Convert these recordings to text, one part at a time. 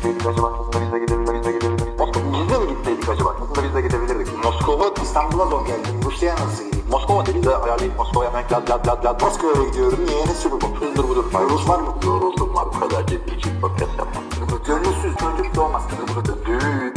acaba? Aslında biz de gidebilirdik. Biz de mi gitseydik acaba? Aslında biz de gidebilirdik. Moskova, İstanbul'a zor geldim. Rusya'ya nasıl gideyim? Moskova dedi de ayarlayıp Moskova'ya hemen lad. Moskova'ya gidiyorum. Niye? Ne sürü bu? Hızdır budur. Rus var mı? Yoruldum var. Bu kadar ciddi podcast yapmam. Gönülsüz çocuk doğmaz. Düğün.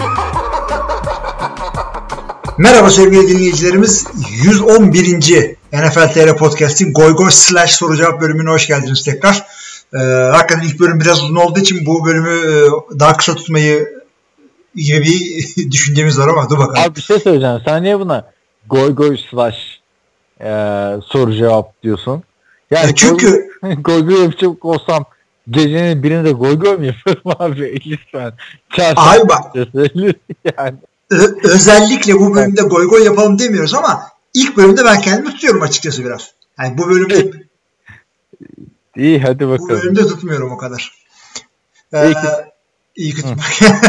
Merhaba sevgili dinleyicilerimiz. 111. NFL TR Podcast'in Goy Goy / soru cevap bölümüne hoş geldiniz tekrar. Hakikaten ilk bölüm biraz uzun olduğu için bu bölümü daha kısa tutmayı gibi bir düşüncemiz var ama dur bakalım. Abi bir şey söyleyeceğim. Sen niye buna Goy Goy / soru cevap diyorsun? Yani çünkü Goy Goy yapacak olsam gecenin birinde Goy Goy mu yapıyorum abi? Lütfen. Abi bak. Yani. Özellikle bu bölümde Goy Goy yapalım demiyoruz ama ilk bölümde ben kendimi tutuyorum açıkçası biraz. Yani bu bölümde İyi hadi bakalım. Bu bölümde tutmuyorum o kadar. İyi tutmak.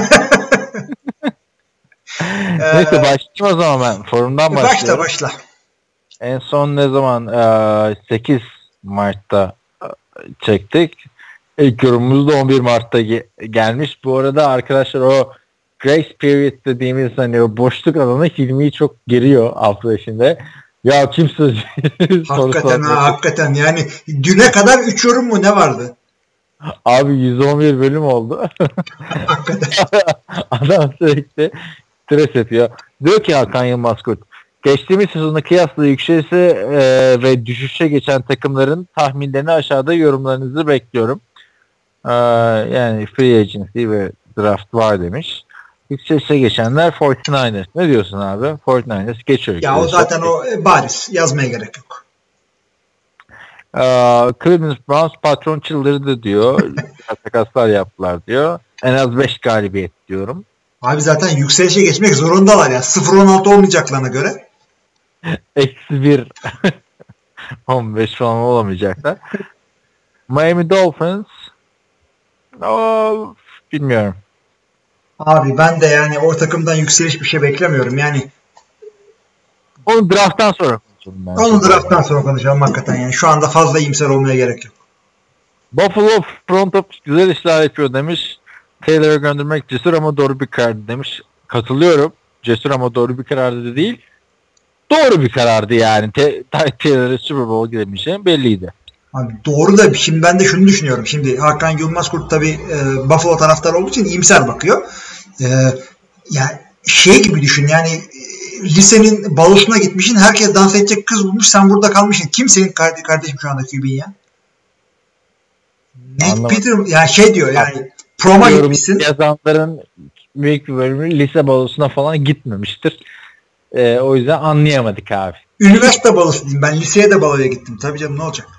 Neyse başlayayım o zaman ben. Forumdan başlıyorum. Başla. En son ne zaman? 8 Mart'ta çektik. İlk yorumumuz da 11 Mart'ta gelmiş. Bu arada arkadaşlar o Grace Period dediğimiz hani o boşluk alanı Hilmi'yi çok geriyor hafta içinde. Ya kimse hakikaten yani düne kadar 3 yorum mu ne vardı? Abi 111 bölüm oldu. Adam sürekli stres yapıyor. Diyor ki Hakan Yılmaz-Kurt, geçtiğimiz sezonla kıyasla yükselişe ve düşüşe geçen takımların tahminlerini aşağıda yorumlarınızı bekliyorum. Yani free agency ve draft var demiş. Yükselişe geçenler 49ers. Ne diyorsun abi? 49ers geçiyor. Ya o zaten o bariz. Yazmaya gerek yok. Cleveland Browns patron çıldırdı diyor. Takaslar yaptılar diyor. En az 5 galibiyet diyorum. Abi zaten yükselişe geçmek zorundalar ya. 0-16 olmayacaklarına göre. -1 15 falan olamayacaklar. Miami Dolphins bilmiyorum. Abi ben de yani o takımdan yükseliş bir şey beklemiyorum. Yani onu drafttan sonra konuşalım. Onu drafttan sonra konuşalım hakikaten yani. Şu anda fazla iyimser olmaya gerek yok. Buffalo front office güzel işler yapıyor demiş. Taylor'a göndermek cesur ama doğru bir karardı demiş. Katılıyorum. Cesur ama doğru bir karardı değil. Doğru bir karardı yani. Taylor'a Super Bowl gidemeyeceğim belliydi. Abi doğru da şimdi ben de şunu düşünüyorum. Şimdi Hakan Yılmaz-Kurt tabii Buffalo taraftarı olduğu için iyimser bakıyor. Yani şey gibi düşün yani lisenin balosuna gitmişsin. Herkes dans edecek kız bulmuş. Sen burada kalmışsın. Kim senin kardeşim şu anda QB'in ya? Ne? Peter yani şey diyor yani proma gitmişsin. Yazanların büyük bir bölümü lise balosuna falan gitmemiştir. O yüzden anlayamadık abi. Üniversite balosu diyeyim. Ben liseye de baloya gittim. Tabii canım ne olacak?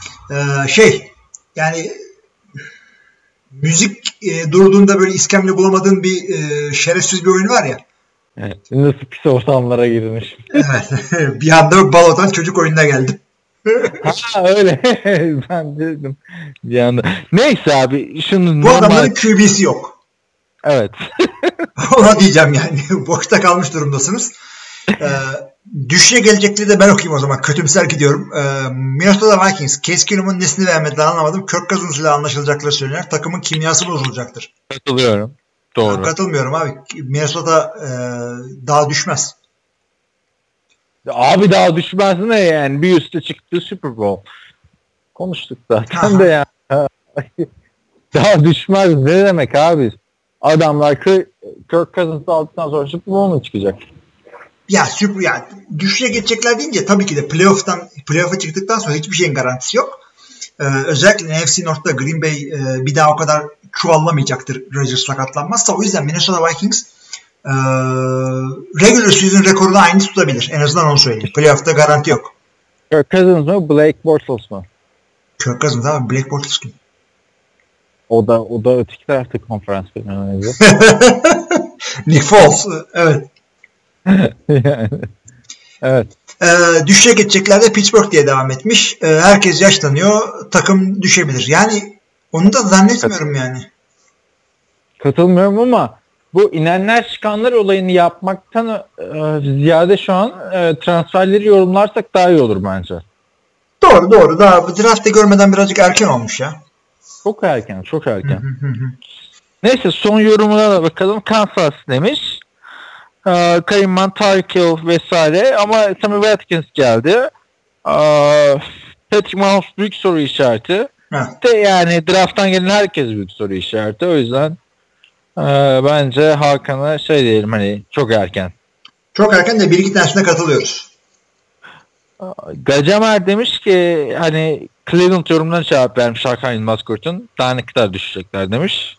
Yani müzik durduğunda böyle iskemle bulamadığın bir şerefsiz bir oyun var ya. Evet. Nasıl pis ortamlara girmiş. Evet. Bir anda balodan çocuk oyununa geldim. Ha öyle. Ben dedim. Bir anda. Neyse abi. Bu adamların QB'si yok. Evet. Ona diyeceğim yani. Boşta kalmış durumdasınız. Düşüşe gelecekleri de ben okuyayım o zaman. Kötümser gidiyorum. Minnesota Vikings. Case Keenum'un nesini beğenmediler anlamadım. Kirk Cousins ile anlaşılacakları söyleniyor. Takımın kimyası bozulacaktır. Katılıyorum. Doğru. Ben katılmıyorum abi. Minnesota daha düşmez. Abi daha düşmez ne yani? Bir üste çıktı Super Bowl. Konuştuk zaten de yani. Daha düşmez ne demek abi? Adamlar Kirk Cousins'ı aldıktan sonra Super Bowl'a çıkacak. Ya düşüşe geçecekler deyince tabii ki de playoff'a çıktıktan sonra hiçbir şeyin garantisi yok. Özellikle NFC North'ta Green Bay bir daha o kadar çuvallamayacaktır Rodgers sakatlanmazsa. O yüzden Minnesota Vikings regular season rekorunu aynı tutabilir. En azından onu söyleyeyim. Playoff'ta garanti yok. Kirk Cousins mı? Blake Bortles mı? Kirk Cousins abi. Blake Bortles kim? O da öteki tarafta konferans finalinde. Nick Foles. Evet. Yani, evet. Düşüşe geçecekler de Pittsburgh diye devam etmiş. Herkes yaşlanıyor. Takım düşebilir. Yani onu da zannetmiyorum yani. Katılmıyorum ama bu inenler çıkanlar olayını yapmaktan ziyade şu an transferleri yorumlarsak daha iyi olur bence. Doğru. Daha bu draft'ı görmeden birazcık erken olmuş ya. Çok erken. Neyse son yorumuna da bakalım. Kansas demiş. Kareem Tyreek Hill vesaire ama Sammy Watkins geldi. Patrick Mahomes büyük soru işareti. De yani draft'tan gelen herkes büyük soru işareti. O yüzden bence Hakan'a şey diyelim hani çok erken. Çok erken de bir iki tanesine katılıyoruz. Gacemer demiş ki hani Cleveland yorumlarına cevap vermiş Hakan Yılmaz-Kurt'un. Daha ne kadar düşecekler demiş.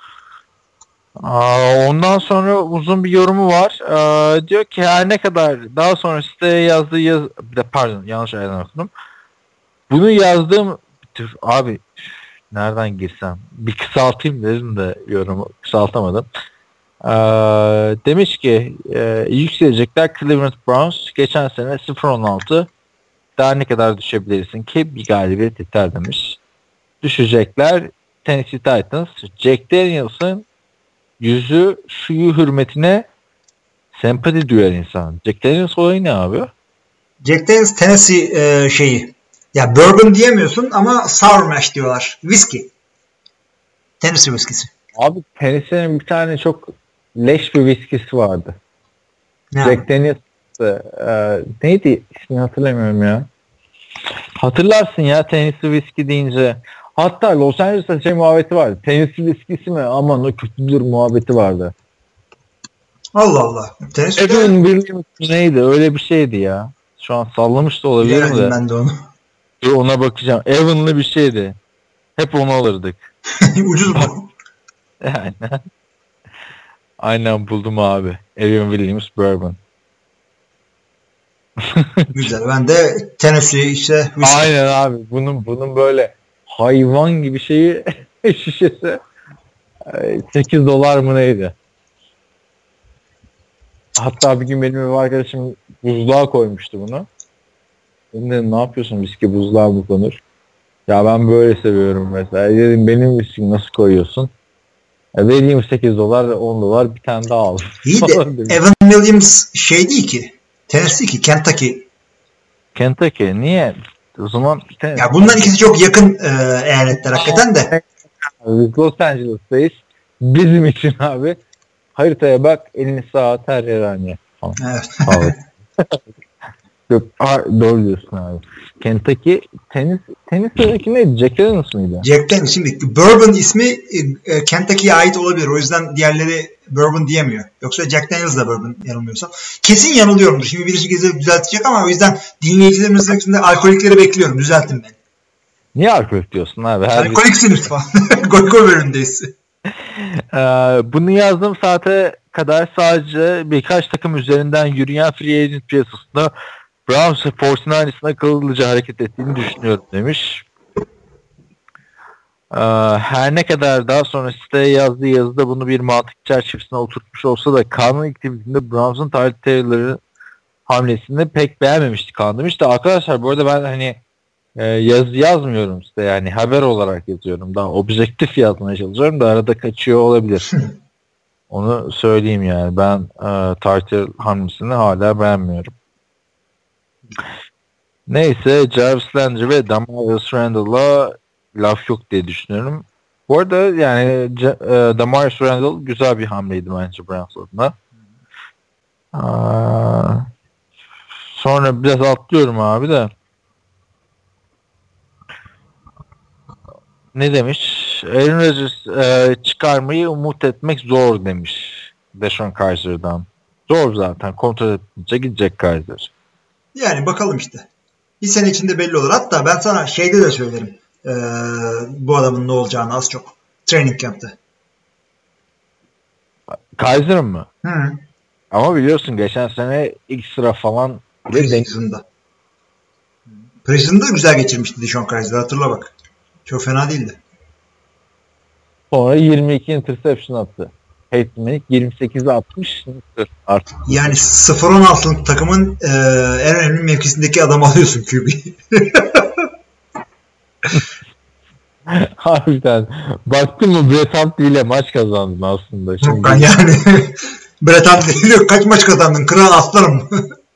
Ondan sonra uzun bir yorumu var. Diyor ki her ne kadar daha sonra siteye yazdığı pardon yanlış yerden okudum. Bunu yazdığım abi nereden girsem bir kısaltayım dedim de yorumu kısaltamadım. Demiş ki yükselecekler Cleveland Browns geçen sene 0-16 daha ne kadar düşebilirsin ki bir galibiyet yeter demiş. Düşecekler Tennessee Titans. Jack Daniels'ın yüzü suyu hürmetine sempati duyar insan. Jack Daniels olayı ne abi? Jack Daniels Tennessee şeyi. Ya bourbon diyemiyorsun ama sour mash diyorlar. Whiskey. Tennessee whiskisi. Abi Tennessee'nin bir tane çok leş bir viskisi vardı. Ne Jack abi? Daniels neydi ismini hatırlamıyorum ya. Hatırlarsın ya Tennessee whiskey deyince. Hatta Los Angeles'ta şey muhabbeti vardı. Tennessee whiskisi mi? Aman o kötüdür muhabbeti vardı. Allah Allah. Tennessee'de Evan Williams neydi? Öyle bir şeydi ya. Şu an sallamış da olabilirim bilemedim de. ben de onu. Dur ona bakacağım. Evan'lı bir şeydi. Hep onu alırdık. Ucuz bu. Aynen. Aynen buldum abi. Evan Williams Bourbon. Güzel. Ben de Tennessee işte whiskey. Aynen abi. Bunun böyle hayvan gibi şeyi şişesi $8 mı neydi? Hatta bir gün benim ev arkadaşım buzluğa koymuştu bunu. Ben dedim ne yapıyorsun viski buzluğa buzlanır. Ya ben böyle seviyorum mesela. Dedim benim viskimi nasıl koyuyorsun? Vereyim $8 $10 bir tane daha al. İyi de Evan Williams şey değil ki. Tennessee ki Kentucky. Kentucky niye? O zaman Ya bunların ikisi çok yakın eyaletler hakikaten de. Biz Los Angeles'tayız. Bizim için abi haritaya bak elini sağa at her yer aynı. Evet. Yok, doğru diyorsun abi. Kentucky Tennessee'deki neydi? Jack Daniels mıydı? Jack Daniels. Şimdi Bourbon ismi Kentucky'ye ait olabilir. O yüzden diğerleri Bourbon diyemiyor. Yoksa Jack Daniels da Bourbon yanılmıyorsam. Kesin yanılıyorumdur. Şimdi birisi gezip düzeltecek ama o yüzden dinleyicilerimizin arasında alkolikleri bekliyorum. Düzeltin beni. Niye alkolik diyorsun abi? Alkoliksiniz falan. Gol bölümündeyiz. Bunu yazdığım saate kadar sadece birkaç takım üzerinden yürüyen free agent piyasasında Browns ve 49ers'ın akıllıca hareket ettiğini düşünüyorum demiş. Her ne kadar daha sonra siteye yazdığı yazıda bunu bir mantık çerçevesine oturtmuş olsa da kanun ikliminde Browns'un Tyler Taylor'ın hamlesini pek beğenmemişti Kaan demiş de arkadaşlar bu arada ben hani yazmıyorum size yani haber olarak yazıyorum. Daha objektif yazmaya çalışıyorum da arada kaçıyor olabilir. Onu söyleyeyim yani. Ben Tyler hamlesini hala beğenmiyorum. Neyse Jarvis Landry ve Damarius Randall'a laf yok diye düşünüyorum. Bu arada yani Damarius Randall güzel bir hamleydi bence Browns adına. Sonra biraz atlıyorum abi de. Ne demiş? Aaron Rodgers çıkarmayı umut etmek zor demiş. Deshaun Kaiser'dan. Zor zaten. Kontrol edince gidecek Kaiser. Yani bakalım işte. Bir sene içinde belli olur. Hatta ben sana şeyde de söylerim. Bu adamın ne olacağını az çok. Training camp'te. Kaiser'ın mı? Hı. Ama biliyorsun geçen sene ilk sıra falan Preseason'da. Preseason'da güzel geçirmişti Deshaun Kaiser. Hatırla bak. Çok fena değildi. Sonra 22 interception attı. Peyton Manning 28'e atmış artık. Yani 0-16'lık takımın en önemli mevkisindeki adamı alıyorsun QB. Harbiden. Baktın mı Brett Hundley ile maç kazandın aslında. Şimdi... Yani Brett Hundley diyor kaç maç kazandın? Kral aslanım.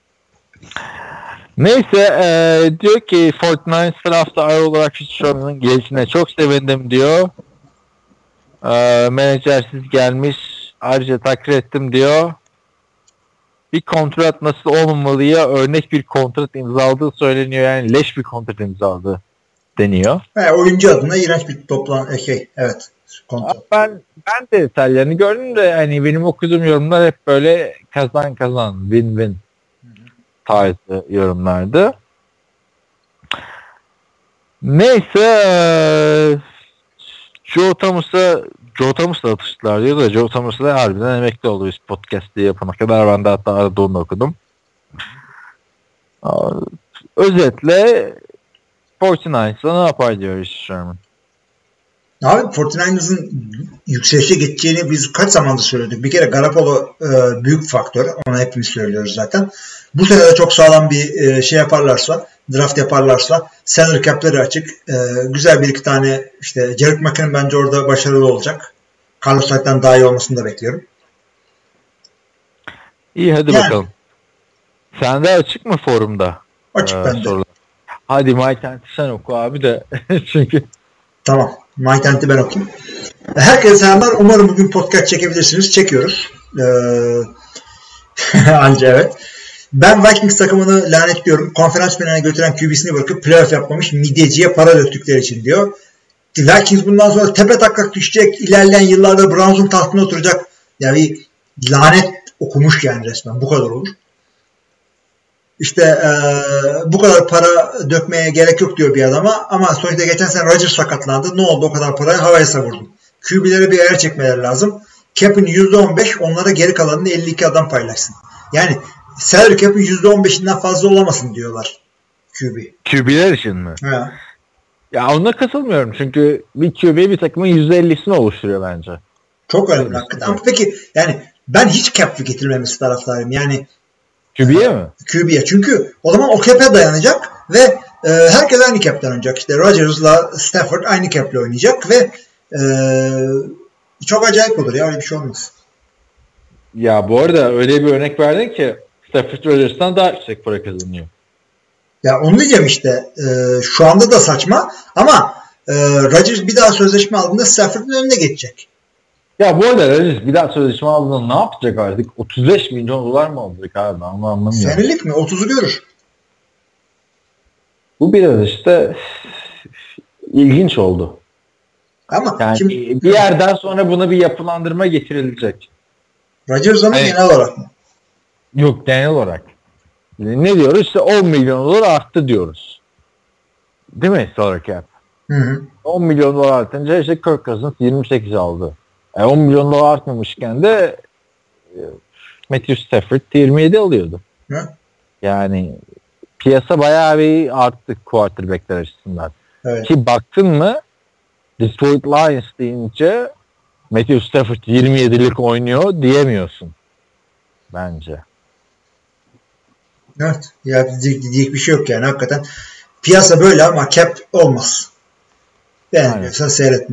Neyse diyor ki 49ers taraftarı olarak Fitzgerald'ın gelişine çok sevindim diyor. Menajersiz gelmiş. Ayrıca takdir ettim diyor. Bir kontrat nasıl olmamalıya örnek bir kontrat imzaladığı söyleniyor. Yani leş bir kontrat imzaladı deniyor. Oyuncu adına iğrenç bir evet. Kontrat. Ben de detaylarını gördüm de hani benim okuduğum yorumlar hep böyle kazan win-win tarzı yorumlardı. Neyse Joe Thomas'la atıştılar diyor da Joe Thomas'la harbiden emekli oldu biz podcast diye yapana kadar. Ben de hatta arada onu okudum. Özetle 49ers'la ne yapar diyor Sherman. Abi 49ers'ın yükselişe geçeceğini biz kaç zamandır söyledik. Bir kere Garoppolo büyük faktör. Onu hepimiz söylüyoruz zaten. Bu sene de çok sağlam bir yaparlarsa, draft yaparlarsa salary cap'leri açık. Güzel bir iki tane işte Jerick McKinnon bence orada başarılı olacak. Carlos Hyde'den daha iyi olmasını da bekliyorum. İyi hadi bakalım. Sende açık mı forumda? Açık bende. Sorular. Hadi MyTent'i sen oku abi de çünkü. Tamam. MyTent'i ben okuyayım. Herkese selamlar. Umarım bugün podcast çekebilirsiniz. Çekiyoruz. Anca evet. Ben Vikings takımını lanetliyorum. Konferans finaline götüren QB'sini bırakıp playoff yapmamış midyeciye para döktükleri için diyor. Vikings bundan sonra tepe taklak düşecek. İlerleyen yıllarda Browns'un tahtına oturacak. Yani lanet okumuş yani resmen. Bu kadar olur. İşte bu kadar para dökmeye gerek yok diyor bir adama. Ama sonuçta geçen sene Rodgers sakatlandı. Ne oldu? O kadar parayı havaya savurdum. QB'lere bir ayar çekmeleri lazım. Cap'in %15 onlara geri kalanını 52 adam paylaşsın. Yani salary cap'in %15'inden fazla olamasın diyorlar QB. QB'ler için mi? He. Ya ona katılmıyorum çünkü bir QB bir takımın %50'sini oluşturuyor bence. Çok önemli hakikaten. Ama peki yani ben hiç cap getirilmemesi taraftarıyım. Yani QB'ye mi? QB'ye. Çünkü o zaman o cap'e dayanacak ve herkes aynı cap'ten oynayacak. İşte Rodgers'la Stafford aynı cap'le oynayacak ve çok acayip olur ya. Öyle bir şey olmaz. Ya bu arada öyle bir örnek verdin ki Stafford Rodgers'tan daha yüksek para kazanıyor. Ya onu diyeceğim işte. Şu anda da saçma ama Rodgers bir daha sözleşme aldığında Stafford'ın önüne geçecek. Ya bu arada Rodgers bir daha sözleşme aldığında ne yapacak artık? 35 milyon dolar mı alacak abi? Ben onu anlamıyorum. Senelik mi? 30'u görür. Bu biraz işte ilginç oldu. Ama yani şimdi bir yerden sonra buna bir yapılandırma getirilecek. Rodgers ama genel olarak mı? Yok genel olarak. Ne diyoruz? İşte 10 milyon dolar arttı diyoruz. Değil mi salary cap? Hı. 10 milyon dolar artınca işte Kirk Cousins 28 aldı. 10 milyon dolar artmamışken de Matthew Stafford 27 alıyordu. Hı? Yani piyasa bayağı bir arttı quarterbackler açısından. Evet. Ki baktın mı Detroit Lions deyince Matthew Stafford 27'lik oynuyor diyemiyorsun. Bence. Evet. Ya diyecek bir şey yok yani hakikaten. Piyasa böyle ama cap olmaz. Beğenmiyorsan seyretme.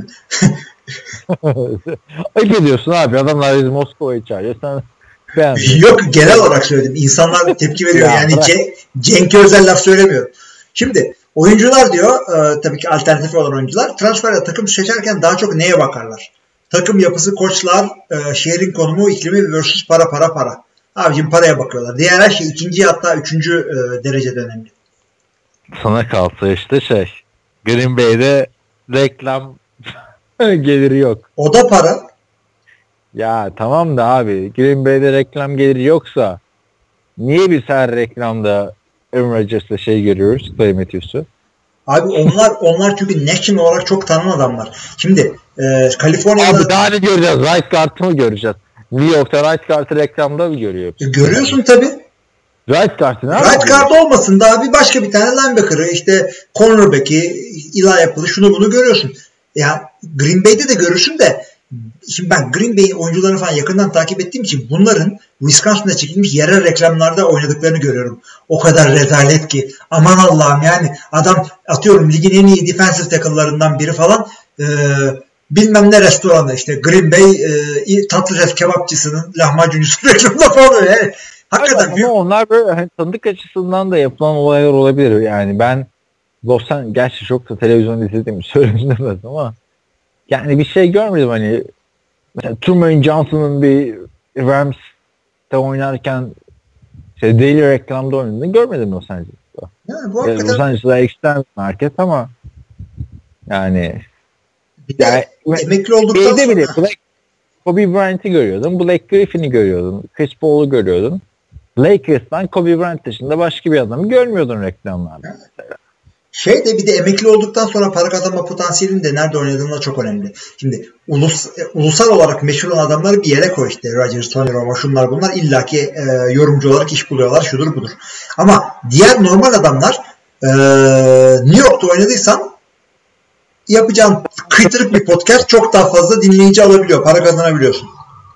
Ayıp ediyorsun abi. Adamlar bizi Moskova'ya çağırıyor. Sen beğenmiyorsun. Yok genel olarak söyledim. İnsanlar tepki veriyor. Yani Cenk Özel laf söylemiyorum. Şimdi oyuncular diyor tabii ki alternatif olan oyuncular transferde takım seçerken daha çok neye bakarlar? Takım yapısı, koçlar, şehrin konumu, iklimi versus para. Abicim paraya bakıyorlar. Diğer her şey ikinci hatta üçüncü derecede önemli. Sana kalsa işte Green Bay'de reklam geliri yok. O da para. Ya tamam da abi Green Bay'de reklam geliri yoksa niye biz her reklamda Aaron Rodgers'la görüyoruz Clay Matthews'u? Abi onlar çünkü national olarak çok tanınan adamlar. Şimdi Kaliforniya'da... Abi daha ne göreceğiz? Right Guard'ı mı göreceğiz? New York'ta Right Guard'ı reklamda mı görüyor? Görüyorsun tabii. Right Guard'ı ne Right Guard olmasın da abi başka bir tane linebacker'ı işte cornerback'i, Eli Apple'ı şunu bunu görüyorsun. Ya Green Bay'de de görürsün de şimdi ben Green Bay'in oyuncularını falan yakından takip ettiğim için bunların Wisconsin'da çekilmiş yerel reklamlarda oynadıklarını görüyorum. O kadar rezalet ki. Aman Allah'ım yani adam atıyorum ligin en iyi defensive tackle'larından biri falan bilmem ne restoranı işte Green Bay Tatlıses kebapçısının lahmacuncusu reklamında falan öyle. Yani, hakikaten ama onlar böyle hani tanıdık açısından da yapılan olaylar olabilir. Yani ben Los Angeles gerçi çok da televizyon izlediğimi söylenemez ama yani bir şey görmedim hani mesela Truman Johnson'ın bir Rams'te oynarken Daily reklamda oynadığını görmedim Los Angeles'ta. Yani bu hakikaten Los Angeles'ta ekstrem bir market ama yani bir de emekli olduktan şeyde bile sonra Kobe Bryant'ı görüyordun, Blake Griffin'i görüyordun, Chris Paul'u görüyordun. Lakers'tan Kobe Bryant dışında başka bir adamı görmüyordun reklamlarda. de bir de emekli olduktan sonra para kazanma potansiyelinin de nerede oynadığında çok önemli. Şimdi ulusal olarak meşhur olan adamları bir yere koy işte. Rodgers, Tony Romo, şunlar bunlar illaki yorumcu olarak iş buluyorlar. Şudur budur. Ama diğer normal adamlar New York'ta oynadıysan yapacağın kıytırık bir podcast çok daha fazla dinleyici alabiliyor. Para kazanabiliyorsun.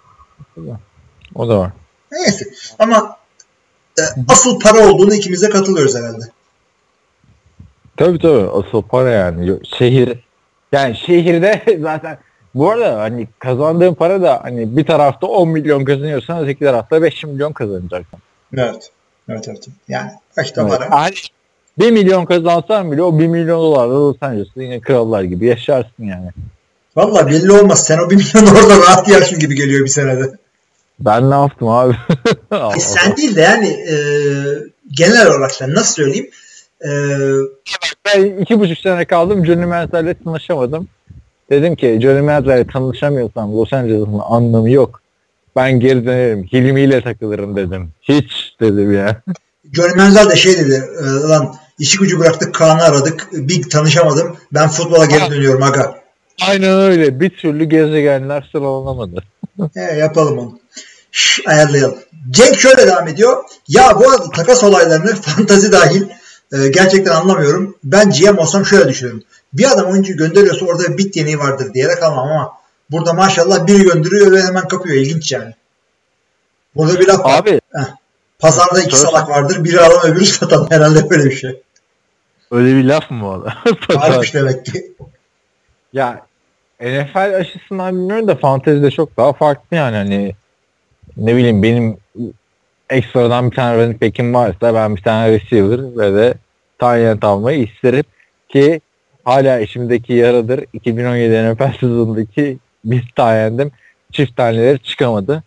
O da var. Neyse. Ama asıl para olduğunu ikimiz de katılıyoruz herhalde. Tabii asıl para yani şehirde zaten bu arada hani kazandığın para da hani bir tarafta 10 milyon kazanıyorsan öteki tarafta 5 milyon kazanacaksın. Evet. Yani kaçta para? Hani 1 milyon kazansan bile o 1 milyon dolarla Los Angeles'ta yine krallar gibi yaşarsın yani. Valla belli olmaz. Sen o 1 milyon orada rahat yersin gibi geliyor bir senede. Ben ne yaptım abi? Sen değil de yani genel olarak sen nasıl söyleyeyim? Ben 2,5 sene kaldım. Johnny Manziel'le tanışamadım. Dedim ki Johnny Manziel'le tanışamıyorsam Los Angeles'ın anlamı yok. Ben geri dönerim. Hilmi ile takılırım dedim. Hiç dedim ya. Johnny Manziel de şey dedi. Lan işi gücü bıraktık, Kaan'ı aradık. Bir tanışamadım. Ben futbola geri dönüyorum aga. Aynen öyle. Bir türlü gezegenler sıralanamadı. Yapalım onu. Ayarlayalım. Cenk şöyle devam ediyor. Ya bu arada takas olaylarını fantazi dahil gerçekten anlamıyorum. Ben GM olsam şöyle düşünüyorum. Bir adam oyuncu gönderiyorsa orada bir bit yeneği vardır diyerek almam ama burada maşallah biri gönderiyor ve hemen kapıyor. İlginç yani. Burada bir laf var. Abi. Pazarda iki salak vardır. Biri alan öbürü satan. Herhalde böyle bir şey. Öyle bir laf mı var? Varmış demek ki. Ya NFL açısından bilmiyorum da fantezide çok daha farklı yani hani ne bileyim benim ekstradan bir tane running back'im varsa ben bir tane receiver ve de tight end almayı isterim ki hala işimdeki yaradır 2017 NFL sezonundaki bir tight end'im çift taneleri çıkamadı.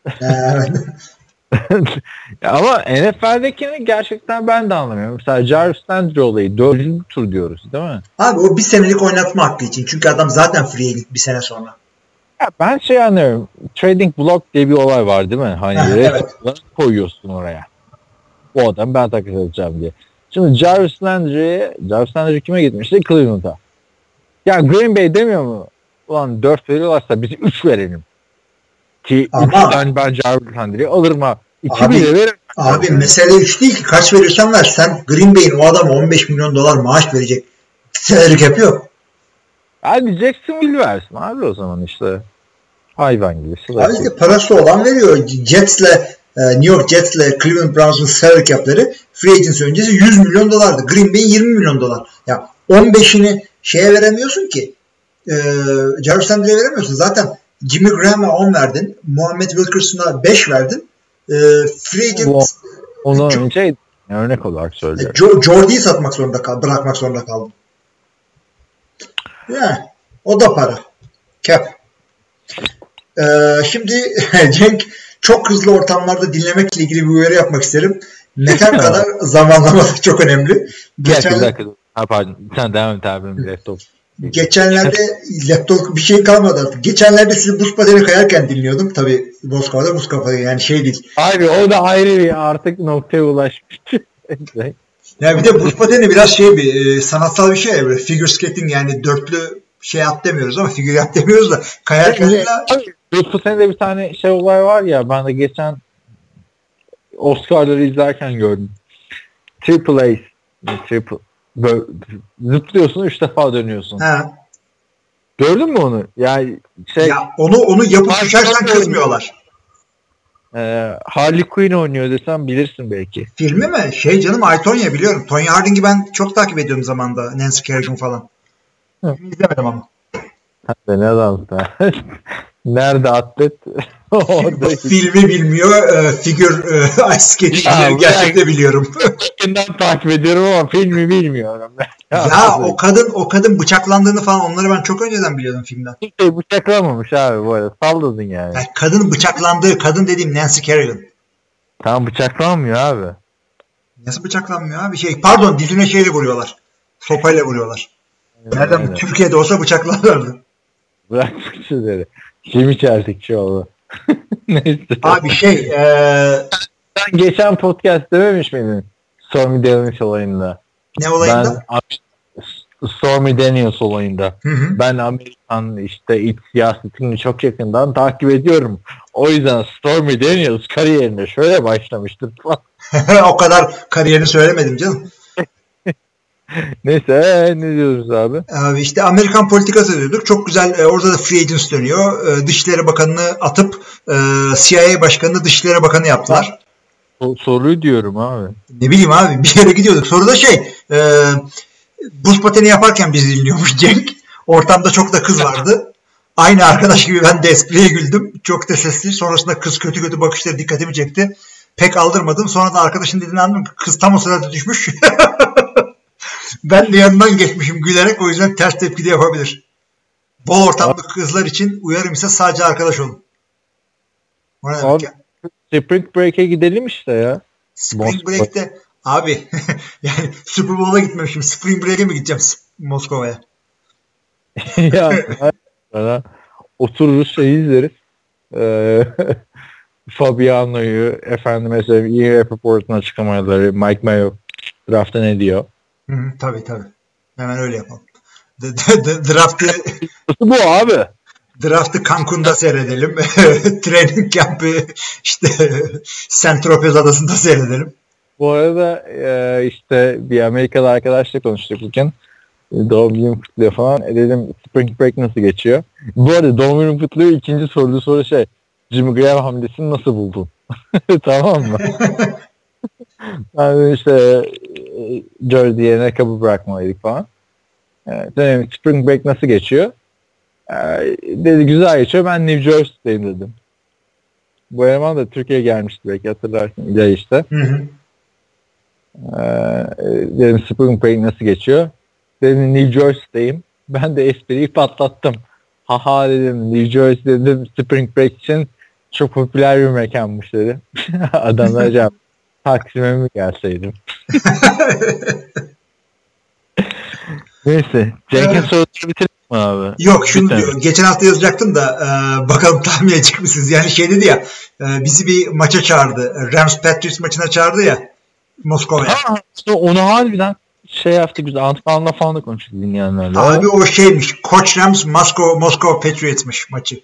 Ama NFL'dekini gerçekten ben de anlamıyorum. Mesela Jarvis Landry olayı 4. tur diyoruz değil mi? Abi o bir senelik oynatma hakkı için. Çünkü adam zaten free agent bir sene sonra. Ya ben anlıyorum. Trading block diye bir olay var değil mi? Hani evet. Koyuyorsun oraya. O adam ben takas edeceğim diye. Şimdi Jarvis Landry kime gitmişti? Cleveland'a. Ya Green Bay demiyor mu? Ulan 4 veriyorlarsa biz 3 verelim. Ki 3'ten ben Jarvis Landry'yi alırım ha. 2 bile veririm. Abi mesele 3 değil ki. Kaç verirsen ver. Sen Green Bay'in o adama 15 milyon dolar maaş verecek. Senelik yapıyor. Hadi Jacksonville versin abi o zaman işte. Hayvan gibi. Abi işte parası olan veriyor. New York Jets'le Cleveland Browns'un salary cap'leri free agency öncesi 100 milyon dolardı. Green Bay'in 20 milyon dolar. Ya 15'ini şeye veremiyorsun ki. Jarvis Landry'e veremiyorsun. Zaten Jimmy Graham'a 10 verdin. Muhammed Wilkerson'a 5 verdin. Free agent ondan önce örnek olarak söylüyorum. Jordy'yi bırakmak zorunda kaldım. Ya, o da para. Cap. Şimdi Cenk çok hızlı ortamlarda dinlemekle ilgili bir uyarı yapmak isterim. Ne kadar zamanlaması çok önemli. Pardon. Sen devam et abi. Laptop. Geçenlerde laptop bir şey kalmadı artık. Geçenlerde sizi buz pateni kayarken dinliyordum. Tabii Bozkava'da buz pateni yani şey değil. Abi o da ayrı bir artık noktaya ulaşmış. Ya bir de buz pateni biraz bir sanatsal bir şey. Böyle figure skating yani dörtlü at demiyoruz ama figür at demiyoruz da kayarken bu sene bir tane olay var ya ben de geçen Oscar'ları izlerken gördüm. Triple böyle zıplıyorsun 3 defa dönüyorsun. Ha. Gördün mü onu? Yani ya onu yapıp düşersen kızmıyorlar. Harley Quinn oynuyor desem bilirsin belki. Filmi mi? Canım Aytonya biliyorum. Tonya Harding'i ben çok takip ediyorum zamanda. Nancy Kerrigan falan. İzlemedim ama. Ne adamsın Nerede atlet? Orada. Filmi bilmiyor. Figür ice skatingleri gerçekten biliyorum. Yakından takip ediyorum ama filmi bilmiyorum. Ya o kadın bıçaklandığını falan onları ben çok önceden biliyordum filmden. Kimseyi bıçaklamamış abi bu arada. Salladın yani. Yani kadın bıçaklandığı, kadın dediğim Nancy Kerrigan. Tamam bıçaklanmıyor abi. Nasıl bıçaklanmıyor abi? Pardon, dizine şeyle vuruyorlar. Sopayla vuruyorlar. Nereden? Aynen. Türkiye'de olsa bıçaklarlardı. Bırak bu şeyleri. Kim içerdikçi oldu. Neyse. Abi Sen geçen podcast dememiş miydin? Stormy Daniels olayında. ne olayında? Stormy Daniels olayında. Hı. Ben Amerikan işte iç siyasetini çok yakından takip ediyorum. O yüzden Stormy Daniels kariyerine şöyle başlamıştır falan. O kadar kariyerini söylemedim canım. Neyse ne diyoruz abi? Abi işte Amerikan politikası diyorduk. Çok güzel. Orada da free agents dönüyor. Dışişleri Bakanı'nı atıp CIA Başkanı'nı Dışişleri Bakanı yaptılar. Soruyu diyorum abi. Ne bileyim abi, bir yere gidiyorduk. Sonra da buz pateni yaparken bizi dinliyormuş Cenk. Ortamda çok da kız vardı. Aynı arkadaş gibi ben de espriye güldüm. Çok da sesli. Sonrasında kız kötü kötü bakışları dikkatimi çekti. Pek aldırmadım. Sonra da arkadaşın dediğini anladım. Kız tam o sırada düşmüş. Ben de yanından geçmişim gülerek, o yüzden ters tepki de yapabilir. Bol ortamlı kızlar için uyarım ise sadece arkadaş olun. O ne demek ya? Spring Break'e gidelim işte ya. Spring Break'te abi yani Super Bowl'a gitmemişim. Spring Break'e mi gideceğim Moskova'ya? Ya otururuz izleriz. Fabiano'yu efendime söyleyeyim EF Report'un açıklamaları, Mike Mayo draft'ta ne diyor? Tabii. Hemen öyle yapalım. Bu abi. Draft'ı Cancun'da seyredelim. Training camp'ı işte Saint-Tropez adasında seyredelim. Bu arada işte bir Amerikalı arkadaşla konuştuk bugün. Doğum günüm kutluyor falan. Dedim Spring Break nasıl geçiyor? Bu arada doğum günüm kutluyor. İkinci sorduğu soru Jimmy Graham hamlesini nasıl buldun? Tamam mı? Yani işte Jersey yerine kabı bırakmalıydık falan. Dedim Spring Break nasıl geçiyor? Dedi güzel geçiyor. Ben New Jersey'deyim dedim. Bu eleman da Türkiye'ye gelmişti belki hatırlarsın. İle işte. Dedim Spring Break nasıl geçiyor? Dedim New Jersey'deyim. Ben de espriyi patlattım. Haha dedim New Jersey dedim Spring Break için çok popüler bir mekanmış dedim. Adamlar cevap Taksim'e mi gelseydim? Neyse. Cenk'in soruları bitirelim mi abi? Yok şunu diyor. Geçen hafta yazacaktım da bakalım tahmin edecek misiniz? Yani dedi ya bizi bir maça çağırdı. Rams Patriots maçına çağırdı ya Moskova'ya. Onu harbiden yaptı güzel. Antikalan'la falan da konuştuk dinleyenlerle. Abi o Koç Rams Moskova Patriots'mış maçı.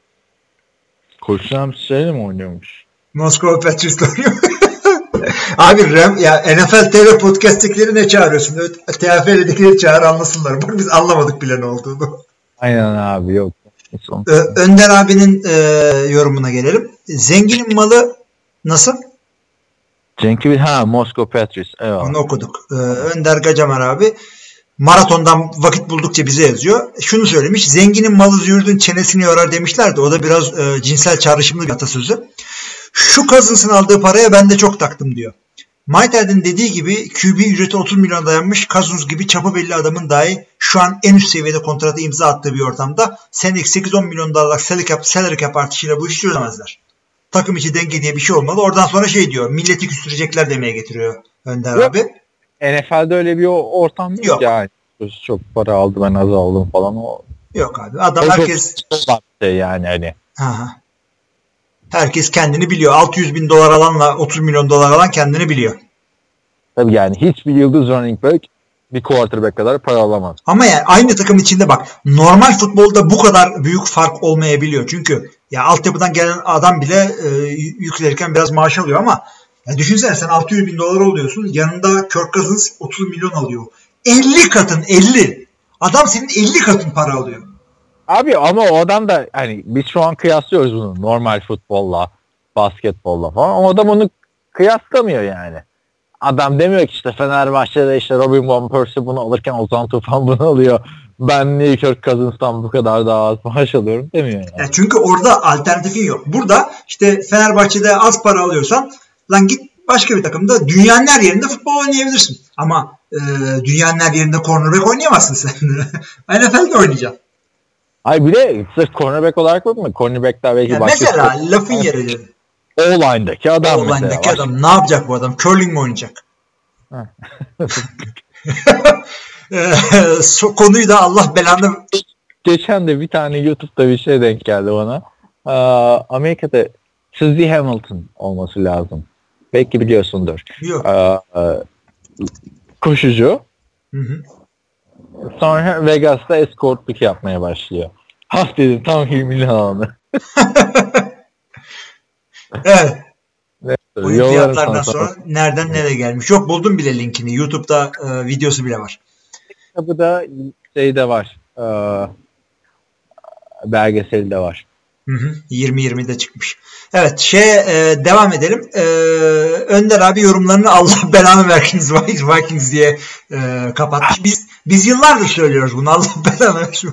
Koç Rams mi oynuyormuş? Moskova Patriots'la oynuyor. Abi ya NFL TV podcast'tekileri ne çağırıyorsun? TFL'dekileri çağır anlasınlar. Bak biz anlamadık bile ne olduğunu. Aynen abi yok. Önder abinin yorumuna gelelim. Zenginin malı nasıl? Cenk'i Moskova Patriots. Evet. Onu okuduk. Önder Gacamer abi maratondan vakit buldukça bize yazıyor. Şunu söylemiş. Zenginin malı züğürdün çenesini yorar demişlerdi. O da biraz cinsel çağrışımlı bir atasözü. Şu Cousins'ın aldığı paraya ben de çok taktım diyor. Mayterd'in dediği gibi QB ücreti 30 milyon dayanmış. Cousins gibi çapı belli adamın dahi şu an en üst seviyede kontratı imza attığı bir ortamda senelik 8-10 milyon dolarlık salary cap artışıyla bu işi çözemezler. Takım içi denge diye bir şey olmalı. Oradan sonra diyor. Milleti küstürecekler demeye getiriyor Önder abi. NFL'de öyle bir ortam yok. Yani. Çok para aldı ben az aldım falan. Yok abi. Adam herkes yani hani. Herkes kendini biliyor. 600 bin dolar alanla 30 milyon dolar alan kendini biliyor. Tabii yani hiçbir yıldız running back bir quarterback kadar para alamaz. Ama yani aynı takım içinde bak normal futbolda bu kadar büyük fark olmayabiliyor. Çünkü ya altyapıdan gelen adam bile yükselirken biraz maaş alıyor ama ya düşünsene sen 600 bin dolar oluyorsun. Yanında Kirk Cousins 30 milyon alıyor. 50 katın 50. Adam senin 50 katın para alıyor. Abi ama o adam da hani biz şu an kıyaslıyoruz bunu normal futbolla, basketbolla falan. O adam onu kıyaslamıyor yani. Adam demiyor ki işte Fenerbahçe'de işte Robin Van Persie bunu alırken Ozan Tufan bunu alıyor. ben niye Kirk Cousins'tan bu kadar daha az maaş alıyorum demiyor yani. Çünkü orada alternatifin yok. Burada işte Fenerbahçe'de az para alıyorsan lan git başka bir takımda dünyanın her yerinde futbol oynayabilirsin. Ama dünyanın her yerinde cornerback oynayamazsın sen. NFL'de oynayacaksın. Ay bir de sırf cornerback olarak bakma. Cornerback'ler belki başka. Mesela lafın yeri. O-line'daki adam mesela. O-line'daki adam ne yapacak bu adam? Curling mi oynayacak? Konuyu da Allah belanı... Geçen de bir tane YouTube'da bir şey denk geldi bana. Amerika'da Suzy Hamilton olması lazım. Belki biliyorsundur. Yok. Koşucu. Hı. Sonra Vegas'ta escortluk yapmaya başlıyor. Dedim tam Hilmi'nin alanı. Evet. Evet, Olimpiyatlardan sonra nereden nereye gelmiş. Yok buldum bile linkini. YouTube'da videosu bile var. Bu da şeyde var. Belgeseli de var. 2020'de çıkmış. Evet devam edelim. Önder abi yorumlarını Allah belanı versin Vikings diye kapatmış. Biz yıllardır söylüyoruz bunu. Allah belanı versin.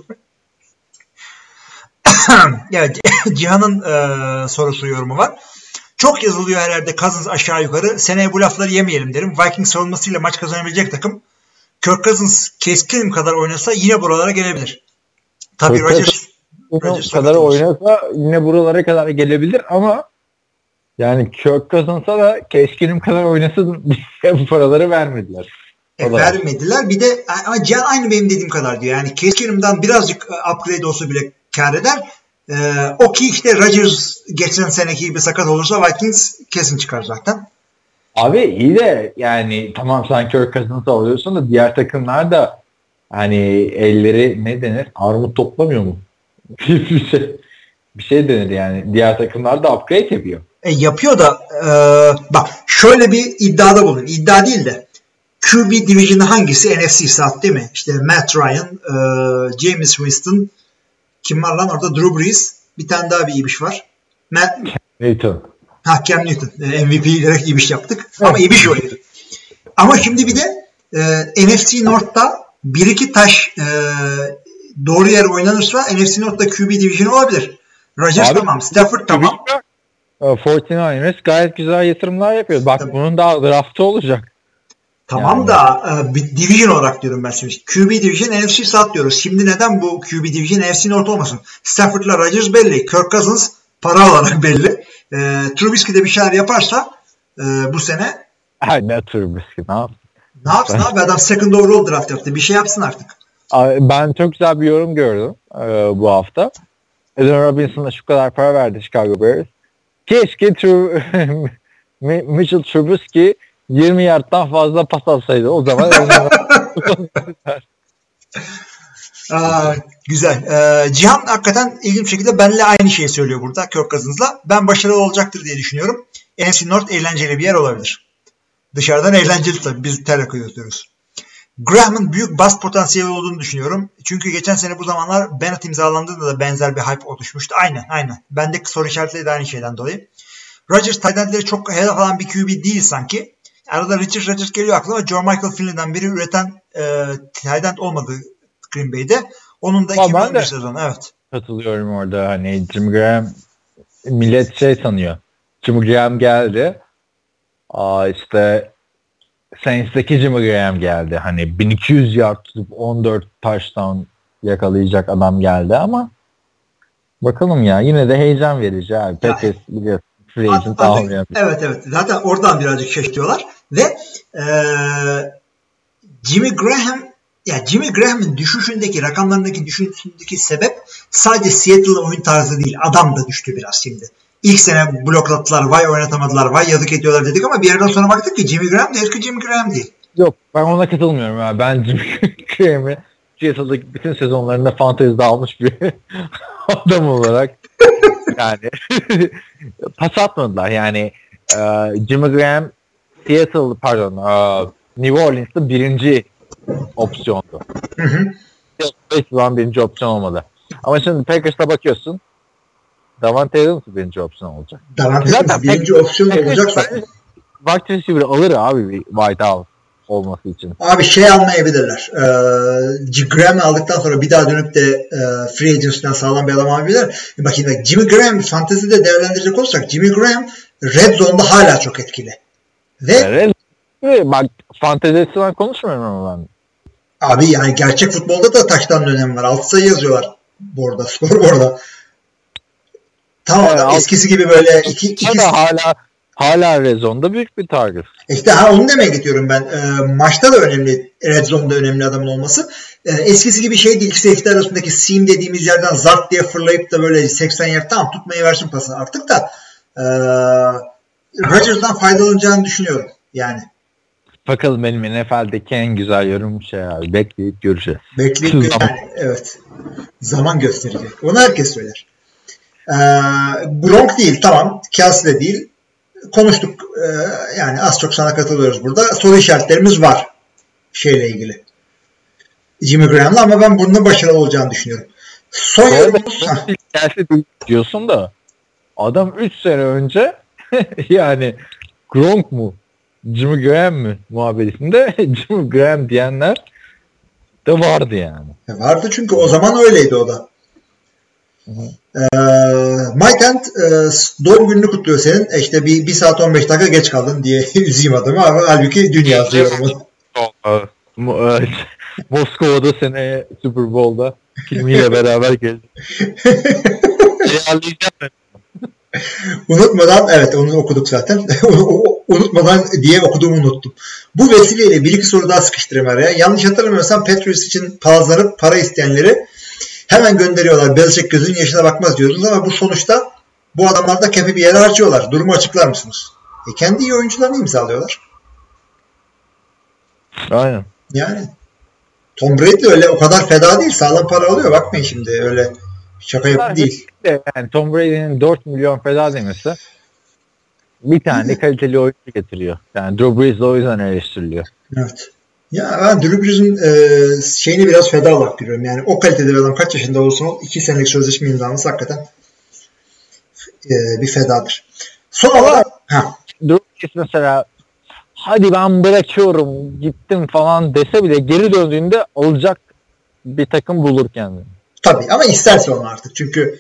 Evet, Cihan'ın sorusu yorumu var. Çok yazılıyor her yerde Cousins aşağı yukarı. Seneye bu lafları yemeyelim derim. Vikings savunmasıyla maç kazanabilecek takım. Kirk Cousins keskinim kadar oynasa yine buralara gelebilir. Tabii Rodgers kadar oynasa yine buralara kadar gelebilir ama yani Kirk Cousins'a da keşkinim kadar oynasın diye bu paraları vermediler. Vermediler. Bir de ama Cihan aynı benim dediğim kadar diyor. Yani keskinimden birazcık upgrade olsa bile kar eder. O ki işte Rodgers geçen seneki gibi sakat olursa Vikings kesin çıkar zaten. Abi iyi de yani tamam sen Kirk Cousins'ı alıyorsun da diğer takımlar da hani elleri ne denir? Armut toplamıyor mu? bir şey denir yani. Diğer takımlar da upgrade yapıyor. Yapıyor da bak şöyle bir iddiada bulun. İddia değil de QB Division'ı hangisi? NFC South değil mi? İşte Matt Ryan, Jameis Winston, kim var lan orada? Drew Brees. Bir tane daha bir ibiş var. Newton. Cam Newton. MVP'yi direkt ibiş yaptık. Ama ibiş oynadı. Ama şimdi bir de NFC North'ta 1-2 taş doğru yer oynanırsa NFC North'ta QB Division olabilir. Rodgers tamam. Stafford tamam. 49ers gayet güzel yatırımlar yapıyor. Bak tabii. Bunun daha draftı olacak. Tamam yani. Da Division olarak diyorum ben şimdi. QB Division NFC South diyoruz. Şimdi neden bu QB Division NFC North olmasın? Stafford'la Rodgers belli. Kirk Cousins para olarak belli. Trubisky de bir şeyler yaparsa bu sene ne Trubisky ne yapsın? Ne yapsın abi? Adam second overall draft yaptı. Bir şey yapsın artık. Ben çok güzel bir yorum gördüm bu hafta. Allen Robinson'a şu kadar para verdi Chicago Bears. Keşke Mitchell Trubisky 20 yardtan fazla pas alsaydı. O zaman güzel. Cihan hakikaten ilginç şekilde benimle aynı şeyi söylüyor burada Kirk Cousins'la. Ben başarılı olacaktır diye düşünüyorum. NFC North eğlenceli bir yer olabilir. Dışarıdan eğlenceli tabii. Biz ter akıyoruz. Graham'ın büyük bas potansiyeli olduğunu düşünüyorum. Çünkü geçen sene bu zamanlar Bennett imzalandığında da benzer bir hype oluşmuştu. Aynen. Bendeki soru işaretleri de aynı şeyden dolayı. Rodgers tight endleri çok hedef alan bir QB değil sanki. Arada Richard Rodgers geliyor aklıma. John Michael Finley'den biri üreten tight end olmadı Green Bay'de. Onun da 2011 sezonu. Evet. Katılıyorum orada. Hani Jimmy Graham millet şey sanıyor. Jimmy Graham geldi. İşte Saints'teki Jimmy Graham geldi. Hani 1200 yard tutup 14 touchdown yakalayacak adam geldi ama bakalım ya yine de heyecan verici abi. Packers biliyorsun. Free agent almıyor. Evet. Zaten oradan birazcık şaşırıyorlar. Ve Jimmy Graham'ın düşüşündeki rakamlarındaki düşüşündeki sebep sadece Seattle'ın oyun tarzı değil. Adam da düştü biraz şimdi. İlk sene blokladılar, vay oynatamadılar, vay yazık ediyorlar dedik ama bir yerden sonra baktık ki Jimmy Graham da eski Jimmy Graham değil. Yok ben ona katılmıyorum ya. Ben Jimmy Graham'ı Seattle'daki bütün sezonlarında fantezide almış bir adam olarak yani pas atmadılar. Yani Jimmy Graham New Orleans'ta birinci opsiyondu. Birinci opsiyon olmadı. Ama şimdi Packers'a bakıyorsun Davante Adams birinci opsiyon olacak. Davante Adams birinci opsiyon olacak zaten. Wide receiver alır abi bir White House. olması için. Abi almayabilirler. Graham'ı aldıktan sonra bir daha dönüp de free agency'den sağlam bir adam alabilirler. Bakayım bak, Jimmy Graham fantezide değerlendirecek olursak Jimmy Graham red zone'da hala çok etkili. Ve bak fantezisinden konuşmuyorum ama ben. Abi yani gerçek futbolda da touchdown önemi var. 6 sayı yazıyorlar skorboard'a. Tamam adam eskisi gibi böyle iki hala red zone'da büyük bir target. İşte onu demeye getiriyorum ben. Maçta da önemli, red zone'da önemli adamın olması. Eskisi gibi şey değil. Safety arasındaki seam dediğimiz yerden zart diye fırlayıp da böyle 80 yer tamam tutmayı versin pasını. Artık da Rodgers'dan faydalanacağını düşünüyorum. Yani. Bakalım benim NFL'deki en güzel yorum abi. Bekleyip göreceğiz. Yani, evet. Zaman gösterecek. Onu herkes söyler. Gronk değil tamam. Kelsey de değil. Konuştuk. Yani az çok sana katılıyoruz burada. Soru işaretlerimiz var. Şeyle ilgili. Jimmy Graham'la ama ben bunun başarılı olacağını düşünüyorum. Son yorumumuz. Kelsey diyorsun da adam 3 sene önce yani Gronk mu Jimmy Graham mı muhabbetinde Jimmy Graham diyenler de vardı yani. Vardı çünkü o zaman öyleydi o da. Mike Ant doğum gününü kutluyor senin. İşte bir saat 15 dakika geç kaldın diye üzeyim adamı ama halbuki dün yazıyorum. Moskova'da seneye Super Bowl'da filmiyle beraber geldi. Unutmadan evet onu okuduk zaten. Unutmadan diye okuduğumu unuttum. Bu vesileyle bir iki soru daha sıkıştırayım araya. Yanlış hatırlamıyorsam Patriots için pazarlanıp para isteyenleri hemen gönderiyorlar. Belichick gözünün yaşına bakmaz diyordunuz ama bu sonuçta bu adamlar da kepi bir yere harcıyorlar. Durumu açıklar mısınız? Kendi iyi oyuncularını imzalıyorlar. Aynen. Yani Tom Brady öyle o kadar feda değil. Sağlam para alıyor. Bakmayın şimdi öyle şaka yapı değil. Yani Tom Brady'nin 4 milyon feda demesi bir tane kaliteli oyuncu getiriyor. Yani Drew Brees o yüzden eleştiriliyor. Evet. Ya ben Drew Brees'in şeyini biraz feda olarak görüyorum. Yani o kalitede bir adam kaç yaşında olursa 2 senelik sözleşme imzalaması hakikaten bir fedadır. Son olarak Drew Brees mesela hadi ben bırakıyorum gittim falan dese bile geri döndüğünde alacak bir takım bulur kendini. Tabii ama isterse onu artık. Çünkü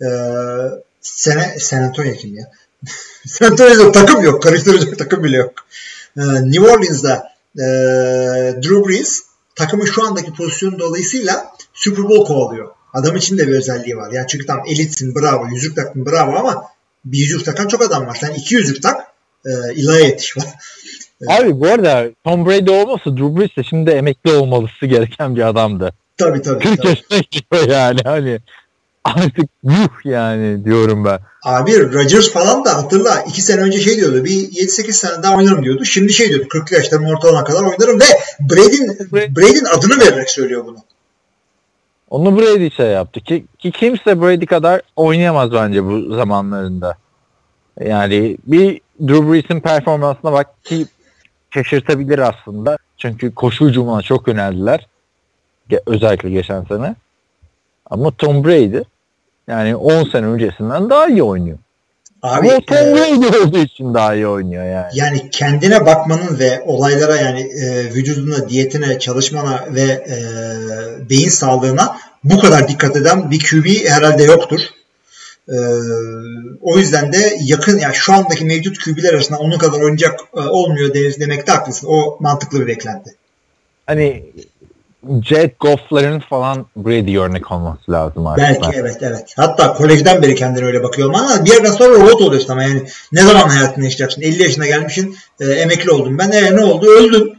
San Antonio kim ya? San Antonio'da takım yok. Karıştıracak takım bile yok. New Orleans'da Drew Brees takımın şu andaki pozisyonu dolayısıyla Super Bowl kovalıyor. Adam için de bir özelliği var. Yani çünkü tam elitsin bravo, yüzük taktın bravo ama bir yüzük takan çok adam var. Sen 2 yüzük tak ilaya yetiş var. Abi bu arada Tom Brady olmasa Drew Brees de şimdi emekli olması gereken bir adamdı. Tabii. 40 yaşına gidiyor yani hani artık yuh yani diyorum ben. Abi Rodgers falan da hatırla 2 sene önce şey diyordu bir 7-8 sene daha oynarım diyordu. Şimdi şey diyordu 40 yaşlarım ortalama kadar oynarım ve Brady'nin adını vererek söylüyor bunu. Onu Brady şey yaptı ki kimse Brady kadar oynayamaz bence bu zamanlarında. Yani bir Drew Brees'in performansına bak ki şaşırtabilir aslında. Çünkü koşu hücumuna çok yöneldiler. Özellikle geçen sene. Ama Tom Brady yani 10 sene öncesinden daha iyi oynuyor. Abi, ama Tom Brady olduğu için daha iyi oynuyor yani. Yani kendine bakmanın ve olaylara yani vücuduna, diyetine, çalışmana ve beyin sağlığına bu kadar dikkat eden bir QB herhalde yoktur. O yüzden de yakın yani şu andaki mevcut QB'ler arasında onun kadar oynayacak olmuyor demekte haklısın. O mantıklı bir beklenti. Hani Jared Goff'ların falan Brady örnek olması lazım artık. Belki evet. Hatta kolejden beri kendine öyle bakıyorum ama bir yerden sonra robot oluyorsun ama yani ne zaman hayatını yaşayacaksın? 50 yaşına gelmişsin emekli oldum. Ben ne oldu? Öldün.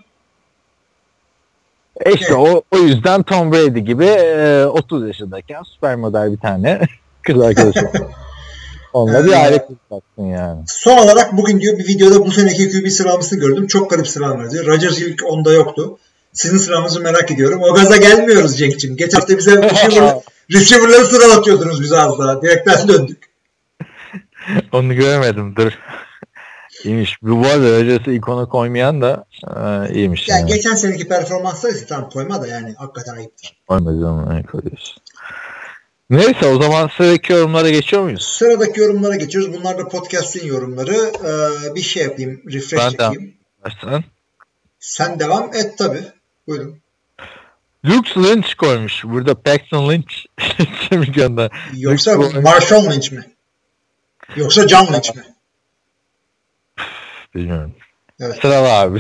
İşte evet. o yüzden Tom Brady gibi 30 yaşındayken süper model bir tane kız arkadaşım. Onunla bir aile kuracaksın yani. Son olarak bugün diyor bir videoda bu seneki QB sıralamasını gördüm. Çok garip sıralama diyor. Rodgers ilk onda yoktu. Sizin sıramızı merak ediyorum. O gaza gelmiyoruz Cenk'cim. Geçen hafta bize receiver'ları sıralatıyordunuz bize az daha. Direkten döndük. Onu göremedim. Dur. İyiymiş. Bu arada Rodgers'ı ikona koymayan da iyiymiş. Yani geçen seneki performanslarıysa tamam koyma da yani hakikaten ayıptır. Koymadım. Koyuyorsun. Neyse o zaman sıradaki yorumlara geçiyor muyuz? Sıradaki yorumlara geçiyoruz. Bunlar da podcast'in yorumları. Bir şey yapayım. Refresh çekeyim. Baştan. Sen devam et tabii. Buyurun. Luke Lynch koymuş. Burada Paxton Lynch mi gönder? Yoksa Marshall Lynch mi? Yoksa John Lynch mi? Bilmiyorum. Evet. Sıralı abi.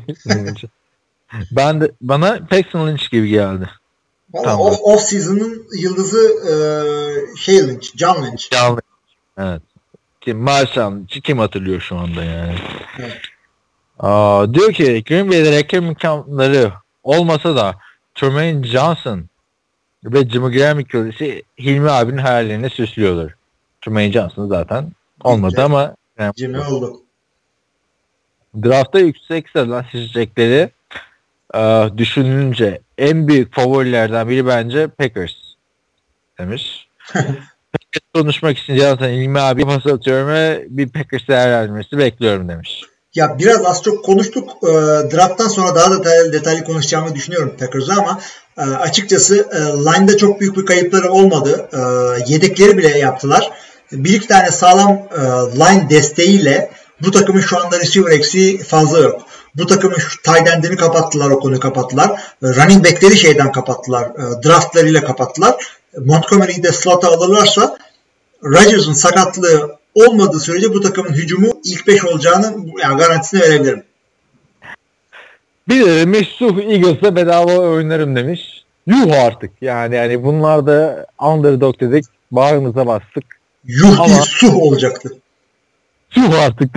Bana Paxton Lynch gibi geldi. Valla Tamam. off season'ın yıldızı Lynch, John Lynch. John Lynch. Evet. Marshall kim hatırlıyor şu anda yani. Evet. Diyor ki Green Bay'de reklam imkanları olmasa da Tremaine Johnson ve Jimmy Graham ikilisi Hilmi abinin hayallerini süslüyorlar. Tremaine Johnson zaten olmadı Jimmy. ama Jimmy oldu. Draftta yüksek sıradan seçecekleri düşünülünce en büyük favorilerden biri bence Packers demiş. Packers konuşmak için zaten İlmi abi pas atıyorum ve bir Packers değerlendirmesi bekliyorum demiş. Ya biraz az çok konuştuk. Draft'tan sonra daha da detaylı konuşacağımı düşünüyorum Packers'a ama açıkçası line'da çok büyük bir kayıpları olmadı. Yedekleri bile yaptılar. Bir iki tane sağlam line desteğiyle bu takımın şu anda receiver eksiği fazla yok. Bu takımın tight end'ini kapattılar, o konuyu kapattılar. Running back'leri şeyden kapattılar. Draftlarıyla kapattılar. Montgomery'yi de slot'a alırlarsa Rodgers'ın sakatlığı olmadığı sürece bu takımın hücumu ilk 5 olacağının garantisini verebilirim. Bir de Mesut Eagles'la bedava oynarım demiş. Yuh artık yani bunlar da underdog dedik. Bağrımıza bastık. Yuh değil, suh olacaktı. Yuh artık.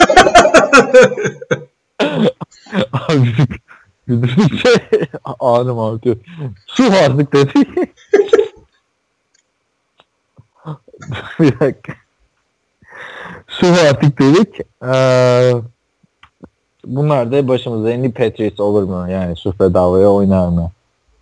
Abi anım artıyor. Suh artık dedik. Bir dakika. Suh artık dedik. Bunlar da başımıza Andy Patrice olur mu? Yani suh bedavaya oynar mı?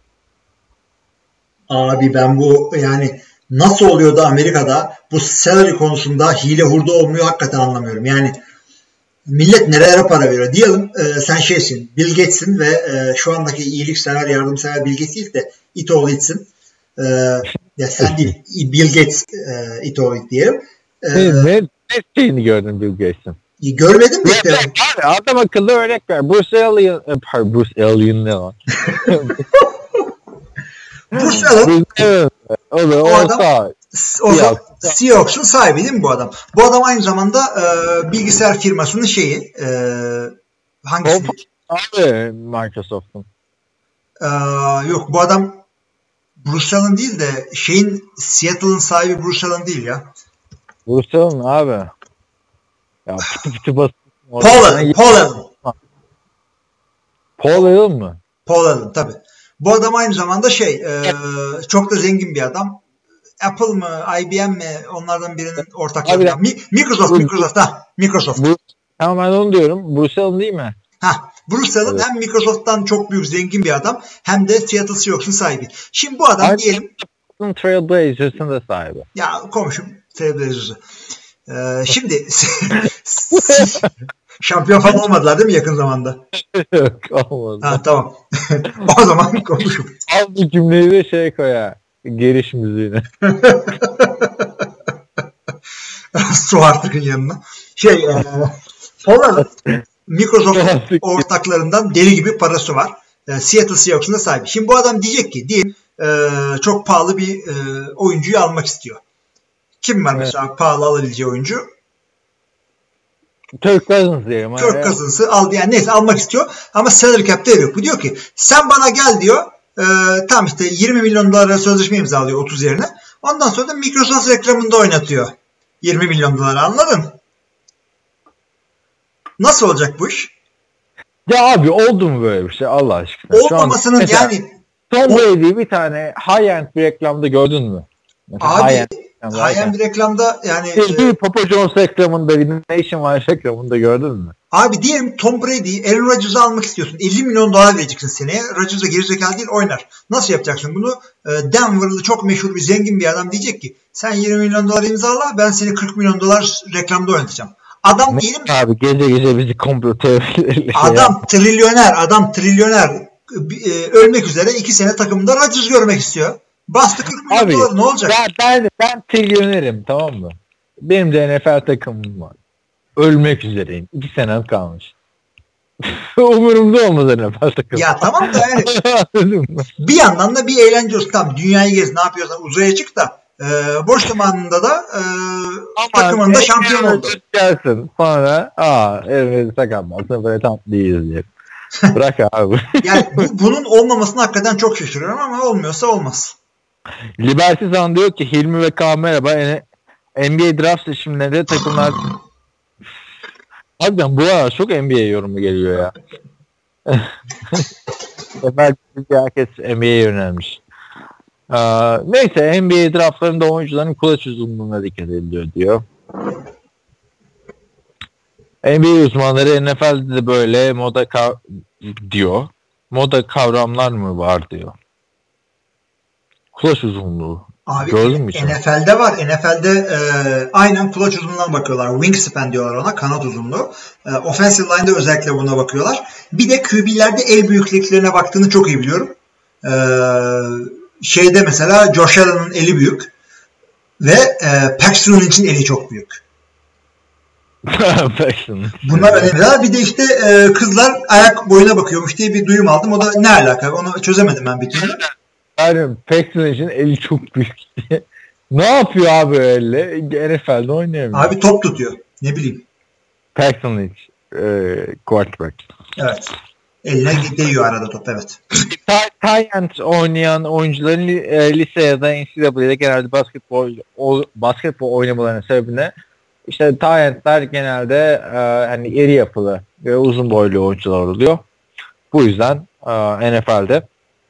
Abi ben bu nasıl oluyor da Amerika'da bu salary konusunda hile hurda olmuyor hakikaten anlamıyorum. Yani millet nerelere para veriyor? Diyelim sen şeysin, Bill Gates'in ve şu andaki iyiliksever, yardımsever Bill Gates değil de it oğlu itsin. Ya sen değil, Bill Gates it oğlu it diyelim. Ne şeyini gördün Bill Gates'in? Görmedim mi işte? Adam akıllı örnek ver. Bruce Allen ne lan? Bruce Allen o adam Seahawks'un sahibi değil mi bu adam? Bu adam aynı zamanda bilgisayar firmasının şeyi hangisi? Abi Microsoft'un. Yok bu adam Bruce Allen değil de Seattle'ın sahibi Bruce Allen değil ya. Bruce Allen abi. Ya pıtı basın. Paul Allen mı? Paul Allen tabii. Bu adam aynı zamanda çok da zengin bir adam. Apple mı, IBM mi onlardan birinin ortaklarından. Microsoft. Tamam ben onu diyorum. Bruce Allen değil mi? Bruce Allen hem Microsoft'tan çok büyük zengin bir adam hem de Seattle Seahawks'un sahibi. Şimdi bu adam diyelim Trailblazers'ın da sahibi. Ya komşum Trailblazers'ı. Şimdi şampiyon falan olmadılar değil mi yakın zamanda? Yok olmadı. Tamam. O zaman komşum. Al bu cümleyi de koy ya. Giriş müziğine. Su artıkın yanına. Paul Microsoft ortaklarından deli gibi parası var. Seattle Seahawks'un da sahibi. Şimdi bu adam diyecek ki diyelim çok pahalı bir oyuncuyu almak istiyor. Kim var mesela pahalı alabileceği oyuncu? Kirk Cousins diyelim. Kirk Cousins'ı almak istiyor ama salary cap'te yok. Bu diyor ki sen bana gel diyor. Tam işte 20 milyon dolara sözleşme imzalıyor 30 yerine. Ondan sonra da Microsoft reklamında oynatıyor. 20 milyon dolara anladın? Nasıl olacak bu iş? Ya abi oldu mu böyle bir şey Allah aşkına? Olmamasının Tom Brady bir tane high-end bir reklamda gördün mü? Abi high-end bir reklamda Papa John's reklamında, bir Nationwide reklamında gördün mü? Abi diyelim Tom Brady, Aaron Rodgers'ı almak istiyorsun. 50 milyon dolar vereceksin seneye. Rodgers da gerizekalı değil oynar. Nasıl yapacaksın bunu? Denver'lı çok meşhur bir zengin bir adam diyecek ki sen 20 milyon dolar imzala ben seni 40 milyon dolar reklamda oynatacağım. Adam diyelim abi gece bizi komplo teorileriyle adam trilyoner ölmek üzere 2 sene takımında Rodgers görmek istiyor. Bastı 40 milyon dolar ne olacak? Ben trilyonerim tamam mı? Benim de NFL takımım var. Ölmek üzereyim. 2 senem kalmış. Umurumda olmaz NFL takımı. Ya tamam da yani bir yandan da bir eğlence olsun. Tamam dünyayı gez ne yapıyorsan uzaya çık da boş zamanında da takımında şampiyon oldu. Gelsin. Sonra elimizi sakatlarsın böyle tam değiliz diye. Bırak abi. Yani bunun olmamasına hakikaten çok şaşırıyorum ama olmuyorsa olmaz. Liberty Zan diyor ki Hilmi ve Kaan merhaba. NBA draft seçimlerinde takımlar harbiden bu arada çok NBA yorumu geliyor ya. Belki herkes NBA'ye yönelmiş. Neyse NBA draftlarında oyuncuların kulaç uzunluğuna dikkat ediliyor diyor. NBA uzmanları NFL'de de böyle diyor. Moda kavramlar mı var diyor. Kulaç uzunluğu. Abi gördün mü? NFL'de var. NFL'de aynen kulaç uzunluğuna bakıyorlar. Wingspan diyorlar ona. Kanat uzunluğu. Offensive line'de özellikle buna bakıyorlar. Bir de QB'lerde el büyüklüklerine baktığını çok iyi biliyorum. Şeyde mesela Josh Allen'ın eli büyük ve Paxton'un için eli çok büyük. Bunlar önemli. Bir de işte kızlar ayak boyuna bakıyormuş diye bir duyum aldım. O da ne alaka? Onu çözemedim ben bir türlü. Aynen. Paxton için eli çok büyük diye. Ne yapıyor abi öyle? NFL'de oynayamıyor. Abi top tutuyor. Ne bileyim. Paxton için quarterback. Evet. Eline değiyor arada top, evet. Tight end oynayan oyuncuların lise ya da NCAA'de genelde basketbol oynamalarının sebebine işte tight endler genelde hani iri yapılı ve uzun boylu oyuncular oluyor. Bu yüzden NFL'de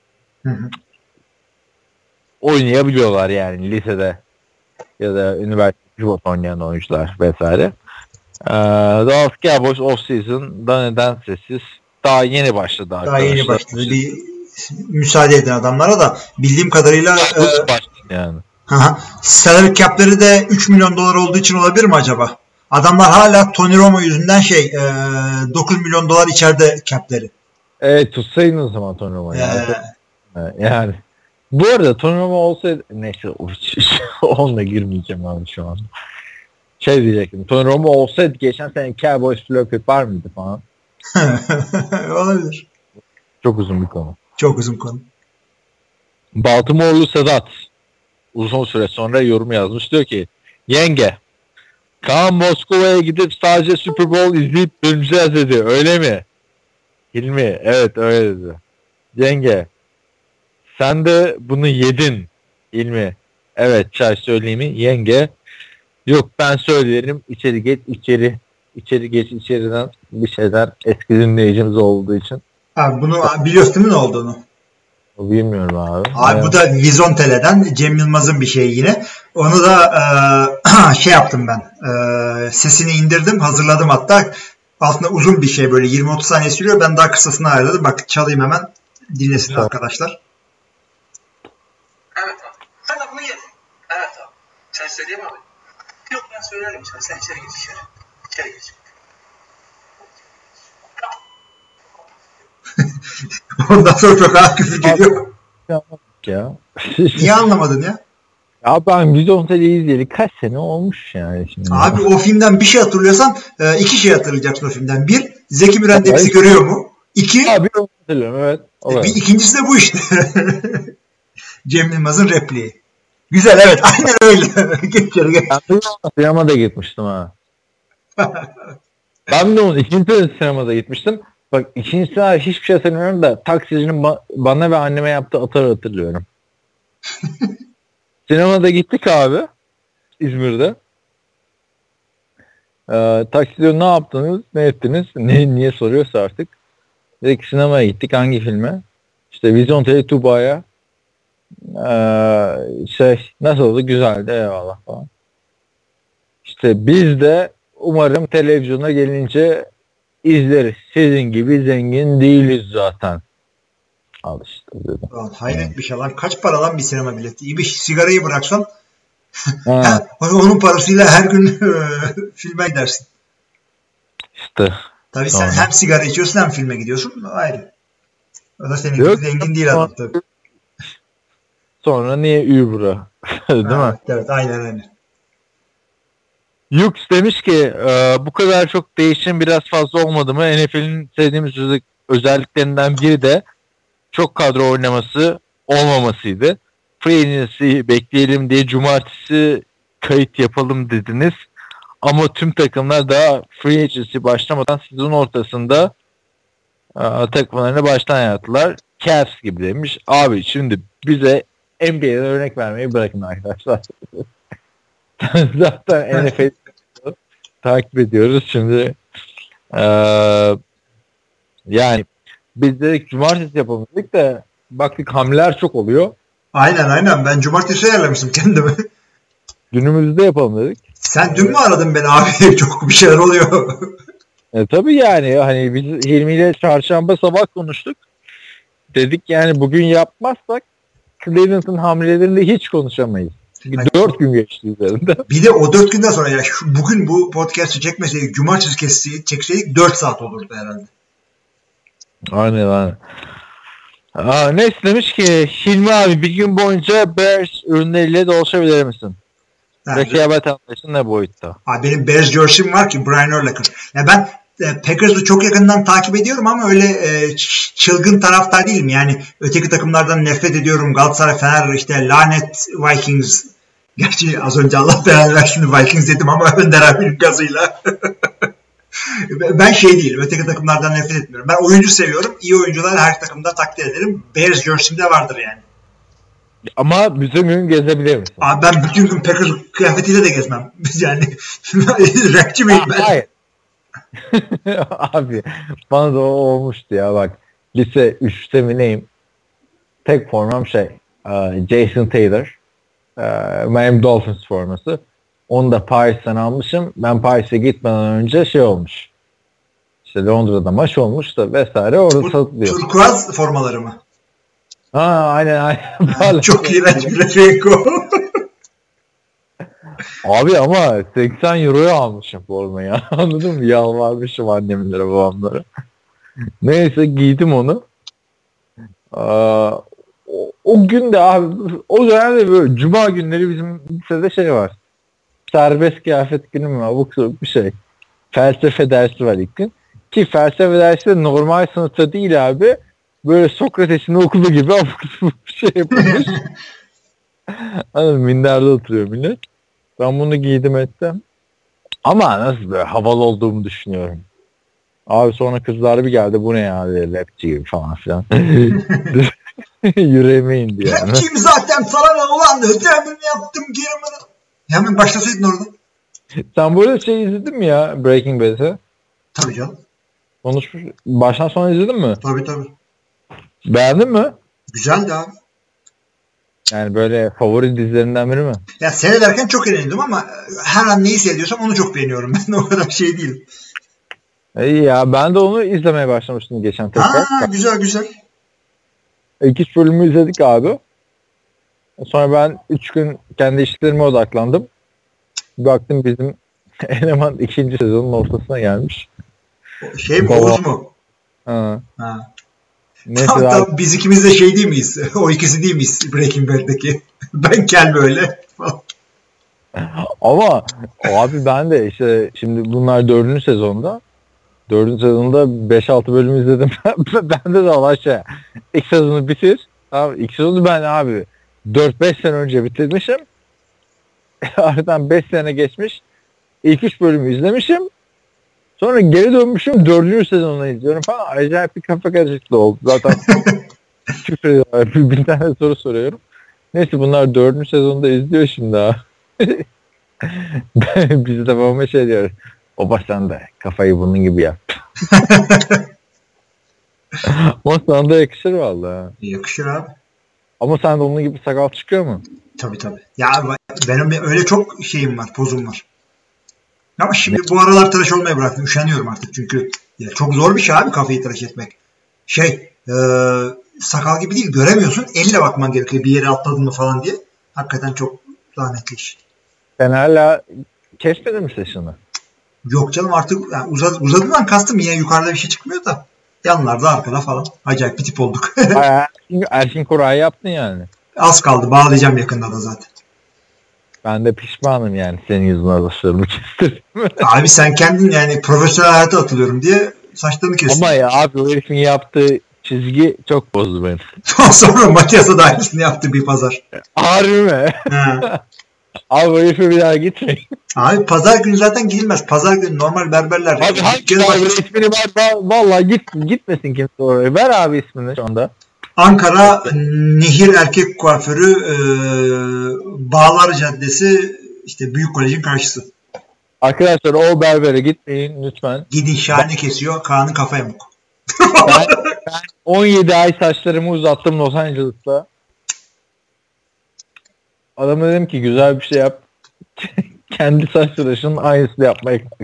oynayabiliyorlar yani lisede ya da üniversite pivot oynayan oyuncular vesaire. Dallas Cowboys off-season'da neden sessiz? Daha yeni başladı arkadaşlar. Daha yeni başladı. Bir müsaade edin adamlara da. Bildiğim kadarıyla yani. Salary cap'leri de 3 milyon dolar olduğu için olabilir mi acaba? Adamlar hala Tony Romo yüzünden 9 milyon dolar içeride cap'leri. Evet, tutsaydın o zaman Tony Romo. Yani. Bu arada Tony Romo olsaydı neyse onunla girmeyeceğim abi şu an. Şey diyecektim. Tony Romo olsaydı geçen sene Cowboys flop var mıydı falan. Olabilir. Çok uzun bir konu. Çok uzun konu. Baltimore'lu Sedat uzun süre sonra yorum yazmış. Diyor ki yenge Kaan Moskova'ya gidip sadece Super Bowl izleyip döneceğiz dedi. Öyle mi? Hilmi evet öyle dedi. Yenge sen de bunu yedin Hilmi. Evet çay söyleyeyim mi? Yenge yok ben söylerim içeri geç içeriden bir şeyler eski dinleyicimiz olduğu için. Abi bunu biliyorsun değil mi ne olduğunu? Bilmiyorum abi. Abi bu da Vizontele'den Cem Yılmaz'ın bir şeyi yine. Onu da şey yaptım ben. Sesini indirdim, hazırladım hatta. Altında uzun bir şey böyle 20-30 saniye sürüyor. Ben daha kısasını ayarladım. Bak çalayım hemen. Dinlesin arkadaşlar. Evet abi. Sen de bunu yedin. Evet abi. Sen söyleyeyim abi. Yok ben söylerim sana. Sen içeri geç içeri. İçeri geç. Ondan sonra çok ağır küfür geliyor. Ya. Niye anlamadın ya? Ya ben Vizontele'yi izleyeli kaç sene olmuş yani şimdi. Abi o filmden bir şey hatırlıyorsan iki şey hatırlayacaksın o filmden. Bir, Zeki Müren de bizi görüyor mu? İki, abi hatırlıyorum evet. İkincisi de bu işte. Cem Yılmaz'ın repliği. Güzel evet aynen öyle. Geç. Ben sinemada gitmiştim ha. Ben de onu ikinci sinemada gitmiştim. Bak ikincisi hiçbir şey hatırlamıyorum da taksicinin bana ve anneme yaptığı atarı hatırlıyorum. Sinemada gittik abi. İzmir'de. Taksi diyor ne yaptınız? Ne ettiniz? Niye soruyorsa artık. Dedik sinemaya gittik. Hangi filme? İşte Vizontele Tuba'ya. Nasıl oldu? Güzeldi. Eyvallah falan. İşte biz de umarım televizyona gelince izleriz. Sizin gibi zengin değiliz zaten. Al işte dedim. Hayret bir şey lan. Kaç para lan bir sinema bileti? İyi bir sigarayı bıraksan onun parasıyla her gün filme gidersin. İşte. Tabii sen hem sigara içiyorsun hem filme gidiyorsun. Ayrı. O da senin gibi zengin değil adam tabii. Sonra niye Uber'a? Değil mi? Evet aynen. Yux demiş ki bu kadar çok değişim biraz fazla olmadı mı? NFL'in sevdiğimiz özelliklerinden biri de çok kadro oynaması olmamasıydı. Free agency bekleyelim diye cumartesi kayıt yapalım dediniz. Ama tüm takımlar daha free agency başlamadan sezon ortasında takımlarını baştan yarattılar. Cavs gibi demiş. Abi şimdi bize NBA'den örnek vermeyi bırakın arkadaşlar. Zaten NFL takip ediyoruz. Şimdi yani biz dedik cumartesi yapalım dedik de baktık hamleler çok oluyor. Aynen. Ben cumartesi ayarlamıştım kendimi. Günümüzde yapalım dedik. Sen dün mü aradın beni abi? Çok bir şeyler oluyor. Tabii yani hani biz Hilmi ile çarşamba sabah konuştuk. Dedik yani bugün yapmazsak Cleveland'ın hamlelerinde hiç konuşamayız. Çünkü 4 gün geçti üzerinde. Bir de o 4 günden sonra ya bugün bu podcast'ı çekmeseydik, cumartesi çekseydik 4 saat olurdu herhalde. Aynen. Neyse demiş ki Hilmi abi bir gün boyunca Bears ürünleriyle dolaşabilir misin? Rekabet anlayışın ne boyutta? Abi benim Bears jersey'm var ki Brian Urlacher. Ya ben Packers'ı çok yakından takip ediyorum ama öyle çılgın taraftar değilim. Yani öteki takımlardan nefret ediyorum. Galatasaray, Fener, işte lanet Vikings. Gerçi az önce Allah belanı versin Vikings dedim ama Önder abinin gazıyla. Ben şey değilim. Öteki takımlardan nefret etmiyorum. Ben oyuncu seviyorum. İyi oyuncular her takımda takdir ederim. Bears jersey'imde vardır yani. Ama bütün gün gezebilir misin? Abi ben bütün gün Packers kıyafetiyle de gezmem. Yani rapçi miyim ben? Hayır. Abi bana da o olmuştu ya bak. Lise 3'te mi neyim? Tek formam Jason Taylor. Miami Dolphins forması. Onu da Paris'ten almışım. Ben Paris'e gitmeden önce olmuş. İşte Londra'da maç olmuş da vesaire orada satılıyor. Turkuaz formaları mı? Aynen. Çok iğrenç bir renko. Abi ama 80 euroya almışım formayı. Anladın mı? Yalvarmışım annemlere babamlara. Neyse giydim onu. O gün de abi o dönemde böyle cuma günleri bizim lisede var. Serbest kıyafet günü mü? Abuk sabuk bir şey. Felsefe dersi var ilk gün. Ki felsefe dersi de normal sınıfta değil abi. Böyle Sokrates'in okulu gibi abuk sabuk bir şey yapılmış. Anladın, minderde oturuyor millet. Ben bunu giydim ettim. Ama nasıl böyle havalı olduğumu düşünüyorum. Abi sonra kızlar bir geldi. Bu ne ya dedi. Rapçi gibi falan filan. Yüreğime indi yani. Rapçiyim zaten sana ne ulan? Ödemini yaptım giremedim. Hemen başlasaydın orada. Sen böyle izledin mi ya Breaking Bad'i? Tabii canım. Konuşmuş. Baştan sona izledin mi? Tabii. Beğendin mi? Güzeldi abi. Yani böyle favori dizilerinden biri mi? Ya seyrederken çok eğlendim ama her an neyi seyrediyorsam onu çok beğeniyorum. Ben o kadar şey değilim. İyi ya ben de onu izlemeye başlamıştım geçen tekrar. Güzel. İlk 3 bölümü izledik abi. Sonra ben 3 gün kendi işlerime odaklandım. Baktım bizim eleman 2. sezonun ortasına gelmiş. Şey mi Oğuz mu? Ha. Neyse tam biz ikimiz de şey değil miyiz? O ikisi değil miyiz Breaking Bad'deki? Ben Kel böyle. Ama abi ben de işte şimdi bunlar 4. sezonda. 4. sezonda 5-6 bölüm izledim. Bende de olay İlk sezonu bitir. Abi ilk sezonu ben abi 4-5 sene önce bitirmişim. Aradan 5 sene geçmiş. İlk 3 bölümü izlemişim. Sonra geri dönmüşüm 4. sezonunu izliyorum falan. Acayip bir kafa karışıklığı oldu. Zaten küfür ediyorlar. Bir tane soru soruyorum. Neyse bunlar 4. sezonda izliyor şimdi ha. Biz de babama diyoruz. Baba sen de kafayı bunun gibi yap. Ama sana da yakışır vallahi. Yakışır abi. Ama sen de onun gibi sakal çıkıyor mu? Tabii. Ya benim öyle çok şeyim var, pozum var. Ama şimdi bu aralar tıraş olmaya bıraktım. Üşeniyorum artık çünkü ya çok zor bir şey abi kafayı tıraş etmek. Sakal gibi değil, göremiyorsun. Elle bakman gerekiyor bir yere atladın mı falan diye. Hakikaten çok zahmetli iş. Sen hala kesmedin mi saçını? Yok canım artık yani uzadığından kastım yine yukarıda bir şey çıkmıyor da. Yanlarda arkada falan. Acayip bir tip olduk. Erkin Koray'ı yaptın yani. Az kaldı. Bağlayacağım yakında da zaten. Ben de pişmanım yani senin yüzünden saçlarımı kestirdim. Abi sen kendin yani profesyonel hayata atılıyorum diye saçlarını kestin. Ama ya abi o herifin yaptığı çizgi çok bozdu beni. Sonra Matias'a da aynısını yaptı bir pazar. Harbi mi? Ha. Abi o herife bir daha gitmeyin. Abi pazar günü zaten gidilmez. Pazar günü normal berberler. Abi hangi Gel berber başlasın. ismini var? Vallahi gitmesin kimse oraya. Ver abi ismini şu anda. Ankara Nehir Erkek Kuaförü Bağlar Caddesi işte Büyük Kolej'in karşısı. Arkadaşlar o berbere gitmeyin lütfen. Gidin şahane kesiyor. Kaan'ın kafa yamuk. Ben 17 ay saçlarımı uzattım Los Angeles'ta. Adama dedim ki güzel bir şey yap. Kendi saç tıraşının aynısını yapmaya kalktım.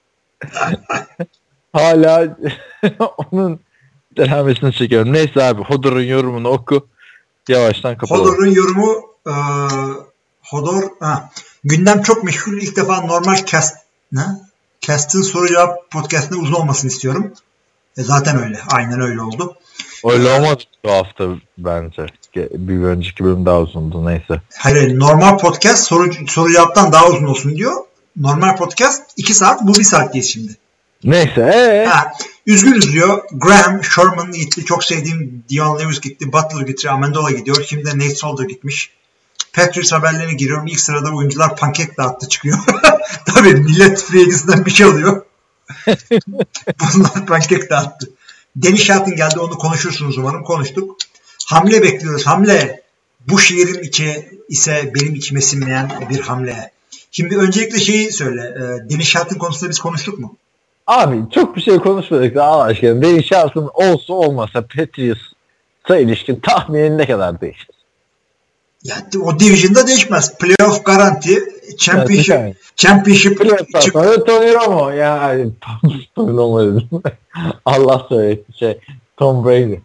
Hala onun denemesini çekiyorum. Neyse abi Hodor'un yorumunu oku. Yavaştan kapatalım. Hodor'un yorumu Hodor gündem çok meşgul. İlk defa normal Cast'ın soru cevap podcast'ında uzun olmasını istiyorum. Zaten öyle. Aynen öyle oldu. Öyle olmadı bu hafta bence. Bir önceki bölüm daha uzundu neyse. Hayır, normal podcast soru cevaptan daha uzun olsun diyor. Normal podcast 2 saat, bu 1 saat değil şimdi. Neyse. Üzgünüz diyor. Graham, Sherman gitti. Çok sevdiğim Dion Lewis gitti. Butler gitti. Amendola gidiyor. Şimdi de Nate Solder gitmiş. Patriots haberlerine giriyorum. İlk sırada oyuncular pankek dağıttı çıkıyor. Tabii millet free agency'den bir şey alıyor. Bunlar pankek dağıttı. Danny Shelton geldi. Onu konuşursunuz umarım. Konuştuk. Hamle bekliyoruz. Hamle. Bu şiirin içi ise benim içime sinmeyen bir hamle. Şimdi öncelikle şeyi söyle. Danny Shelton konusunda biz konuştuk mu? Abi çok bir şey konuşmadık da Allah aşkına. Danny Shelton olsa olmasa Patriots'a ilişkin tahminin ne kadar değişir? Ya o division'da değişmez. Playoff garanti. Championship Tony Romo. Yani Tony Romo dedim. Allah söyledi Tom Brady.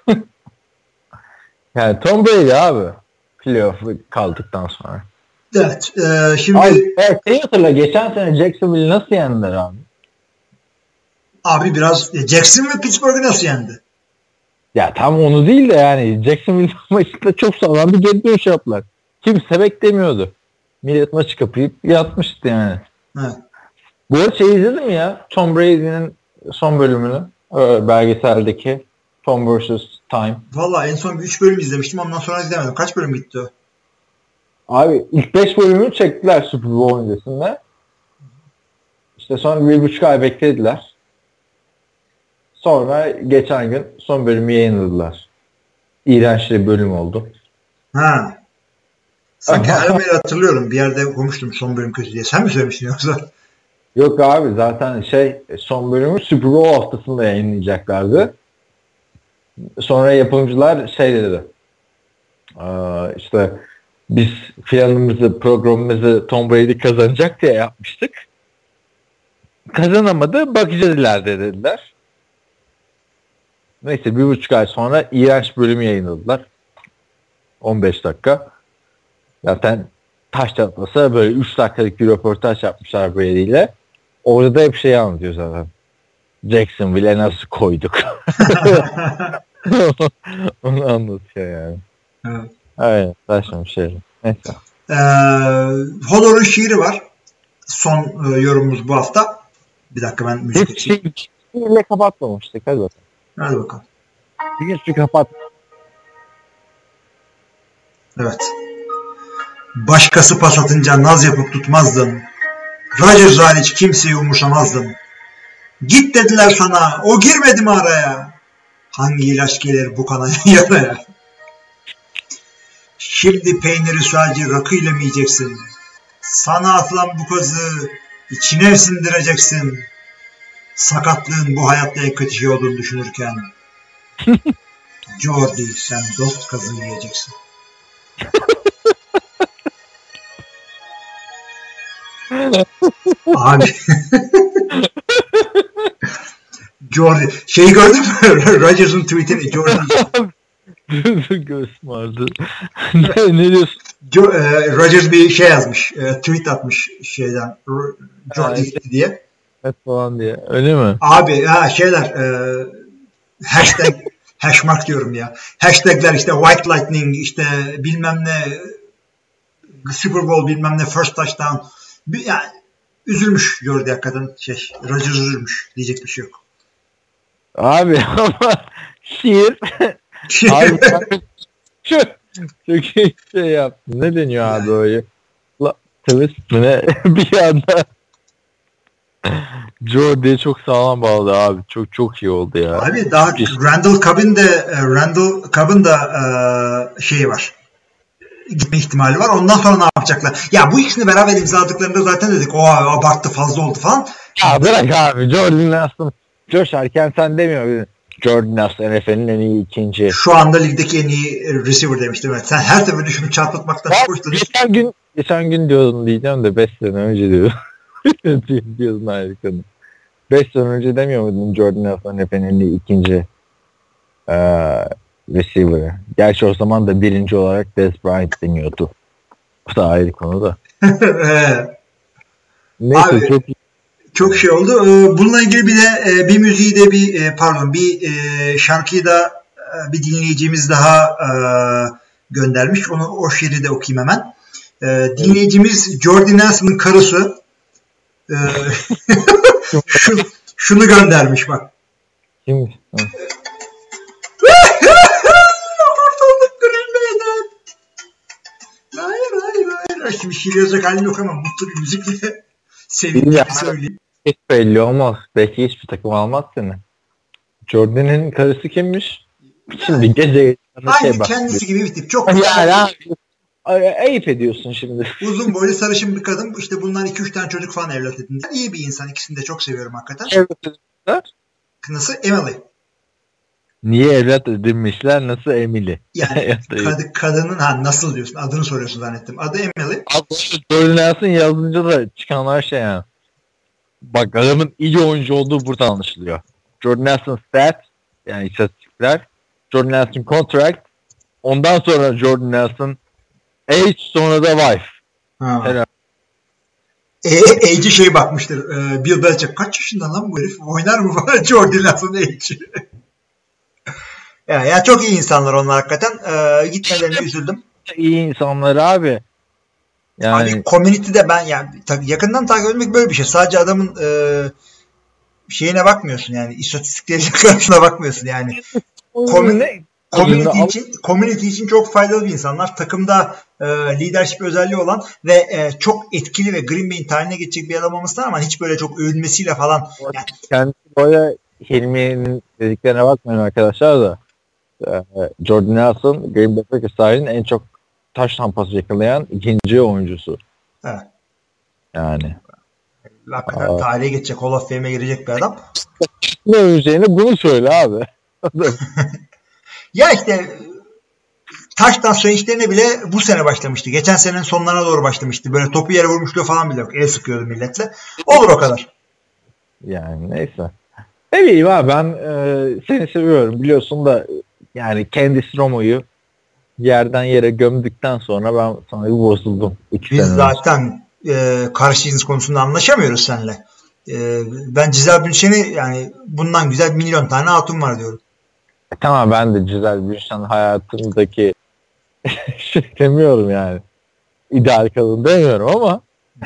Yani Tom Brady abi. Playoff kaldıktan sonra. Evet. Şimdi abi, hatırla geçen sene Jacksonville'i nasıl yendiler abi? Abi biraz Jackson ve Pittsburgh'ı nasıl yendi? Ya tam onu değil de yani Jacksonville maçında çok sağlam bir geri dönüş yaptılar. Kimse beklemiyordu. Millet maçı kapayıp yatmıştı yani. Evet. Bu arada izledin mi ya? Tom Brady'nin son bölümünü. Belgeseldeki Tom vs. Time. Valla en son 3 bölüm izlemiştim. Ondan sonra izlemedim. Kaç bölüm gitti o? Abi ilk 5 bölümünü çektiler Super Bowl öncesinde. İşte sonra 1,5 ay beklediler. Sonra geçen gün son bölümü yayınladılar. İğrenç bir bölüm oldu. Ha. Sanki arabayı hatırlıyorum. Bir yerde okumuştum son bölüm kötü diye. Sen mi söylemiştin yoksa? Yok abi zaten son bölümü Super Bowl haftasında yayınlayacaklardı. Sonra yapımcılar dedi. İşte biz programımızı Tom Brady kazanacak diye yapmıştık. Kazanamadı. Bakacağız ileride dediler. Neyse 1,5 ay sonra iğrenç bölümü yayınladılar. 15 dakika. Zaten taş çatlasa böyle 3 dakikalık bir röportaj yapmışlar Brady ile. Orada da hep şeyi anlatıyor zaten. Jacksonville'e nasıl koyduk. Onu anlatıyor yani. Evet. Aynen. Saçma bir şey. Neyse. Hodor'un şiiri var. Son yorumumuz bu hafta. Bir dakika ben müzik açayım. Şiirle kapatmamıştık. Hadi bakalım. Hadi bakalım. Bir kapat. Evet. Başkası pas atınca naz yapıp tutmazdın. Rodgers hariç kimseyi umursamazdın. Git dediler sana. O girmedi mi araya? Hangi ilaç gelir bu kana yaraya? Şimdi peyniri sadece rakıyla mı yiyeceksin? Sana atılan bu kazı içine sindireceksin. Sakatlığın bu hayatta en kötü şey olduğunu düşünürken. Jordi sen dost kazı yiyeceksin. Abi. Jordi. Şeyi gördün mü? Rodgers'ın tweetini. Jordi. Göğsüm vardı. ne diyorsun? Rodgers bir şey yazmış. Tweet atmış şeyden. Jordi gitti diye. Evet falan diye. Öyle mi? Abi hashtag hashmark diyorum ya. Hashtagler işte White Lightning işte bilmem ne Super Bowl bilmem ne first touchdown. Yani üzülmüş Jordi hakikaten Rodgers üzülmüş. Diyecek bir şey yok. Abi ama şiir abi çok iyi şey yaptı. Ne deniyor abi öyle? Twist mi ne? Bir anda Jordi'ye çok sağlam bağladı abi. Çok iyi oldu ya. Abi daha Randall Cobb'ın da şeyi var. Gitme ihtimali var. Ondan sonra ne yapacaklar? Ya bu ikisini beraber imzaladıklarında zaten dedik abarttı fazla oldu falan. Ya bırak abi. Jordan Nelson coşarken sen demiyor muydun? Jordan Nelson NFL'in en iyi ikinci. Şu anda ligdeki en iyi receiver demiştim. Evet. Sen her seferinde şunu çarpıtmaktan hoşlanıyorsun. Geçen gün diyordun diyeceğim de 5 sene önce diyordum. Diyordun harikasını. 5 sene önce demiyor muydun Jordan Nelson NFL'in en iyi ikinci receiver'ı? Gerçi o zaman da birinci olarak Dez Bryant deniyordu. Bu da ayrı konu da. Neyse abi, çok şey oldu. Bununla ilgili bir de bir müziği de bir şarkıyı da bir dinleyicimiz daha göndermiş. O şiiri de okuyayım hemen. Dinleyicimiz Jordi Nelson'ın karısı şunu göndermiş bak. Kimmiş? Kurtulduk Green Bay'den. Hayır. Şimdi şiir yazacak halim yok ama mutlu bir müzikle sevdiğimi söyleyeyim. Hiç belli olmaz. Belki hiçbir takım almaz seni. Jordan'ın karısı kimmiş? Şimdi gece aynı kendisi gibi bir tip. Çok güzel. Ayıp ediyorsun şimdi. Uzun boylu sarışın bir kadın. İşte bundan 2-3 tane çocuk falan evlat edindi. İyi bir insan. İkisini de çok seviyorum hakikaten. Evlat edinmişler. Nasıl? Emily. Niye evlat edinmişler? Nasıl Emily? Yani kadının nasıl diyorsun? Adını soruyorsun zannettim. Adı Emily. Jordan Nelson yazınca da çıkanlar şey yani. Bak adamın iyi oyuncu olduğu burada anlaşılıyor. Jordan Nelson stats yani istatistikler. Jordan Nelson contract. Ondan sonra Jordan Nelson age sonra da wife. Age'i bakmıştır. Bill Belichick kaç yaşında lan bu herif? Oynar mı bana Jordan Nelson age? ya çok iyi insanlar onlar hakikaten. Gitmelerine üzüldüm. İyi insanlar abi. Yani abi community'de ben yakından takip etmek böyle bir şey. Sadece adamın şeyine bakmıyorsun yani istatistiklerine bakmıyorsun yani. Community için çok faydalı bir insanlar. Takımda leadership özelliği olan ve çok etkili ve Green Bay'in tarihine geçecek bir adam olmasına rağmen hiç böyle çok övülmesiyle falan. Yani. Kendisi böyle Hilmi'nin dediklerine bakmayın arkadaşlar da Jordan Nelson Green Bay Packers tarihinin en çok taş tampası yakalayan ikinci oyuncusu. Evet. Yani. Hakikaten tarihe geçecek, Hall of Fame'e girecek bir adam. Ne öveceğini bunu söyle abi. Ya işte taştan sonuçlarına bile bu sene başlamıştı. Geçen senenin sonlarına doğru başlamıştı. Böyle topu yere vurmuşluğu falan bile yok. El sıkıyordu milletle. Olur o kadar. Yani neyse. Ne bileyim abi ben seni seviyorum biliyorsun da yani Candice Romo'yu yerden yere gömdükten sonra ben sana bir bozuldum. Biz zaten karşı konusunda anlaşamıyoruz seninle. Ben Gisele Bündchen'i yani bundan güzel 1 milyon tane hatun var diyorum. Tamam ben de Gisele Bündchen hayatımdaki şey demiyorum yani. İdeal kadın demiyorum ama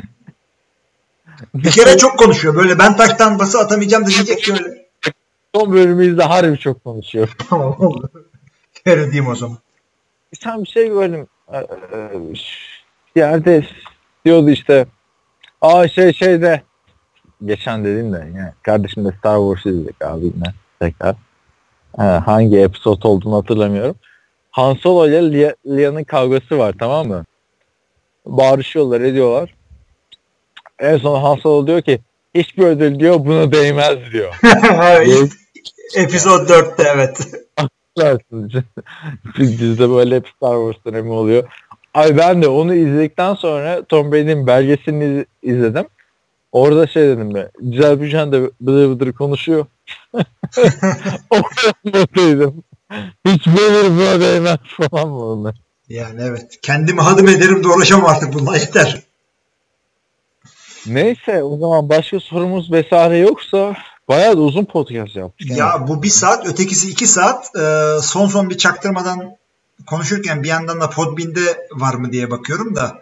bir kere çok konuşuyor. Böyle ben taştan bası atamayacağım da diyecek ki öyle. Son bölümümüzde harbi çok konuşuyor. Tamam oldu. Diyeyim o zaman. Sen bir şey gördüm. Bir yerde diyordu işte şeyde geçen dedin de yani kardeşim de Star Wars'ı izledik abi yine tekrar. Hangi episode olduğunu hatırlamıyorum. Han Solo ile Leia'nın kavgası var tamam mı? Bağırışıyorlar ediyorlar. En son Han Solo diyor ki hiçbir ödül diyor buna değmez diyor. Episode 4'te evet. Bizde böyle hep Star Wars dönemi oluyor. Ay ben de onu izledikten sonra Tom Brady'nin belgeselini izledim. Orada şey dedim ben. Gisele Bündchen de bıdır konuşuyor. Oradaydım. Hiç böyle buna değmez falan mı onlar? Yani evet. Kendimi hadım ederim de uğraşamam artık bununla yeter. Neyse o zaman başka sorumuz vesaire yoksa bayağı da uzun podcast yaptık. Ya yani. Bu 1 saat ötekisi 2 saat son bir çaktırmadan konuşurken bir yandan da Podbean'de var mı diye bakıyorum da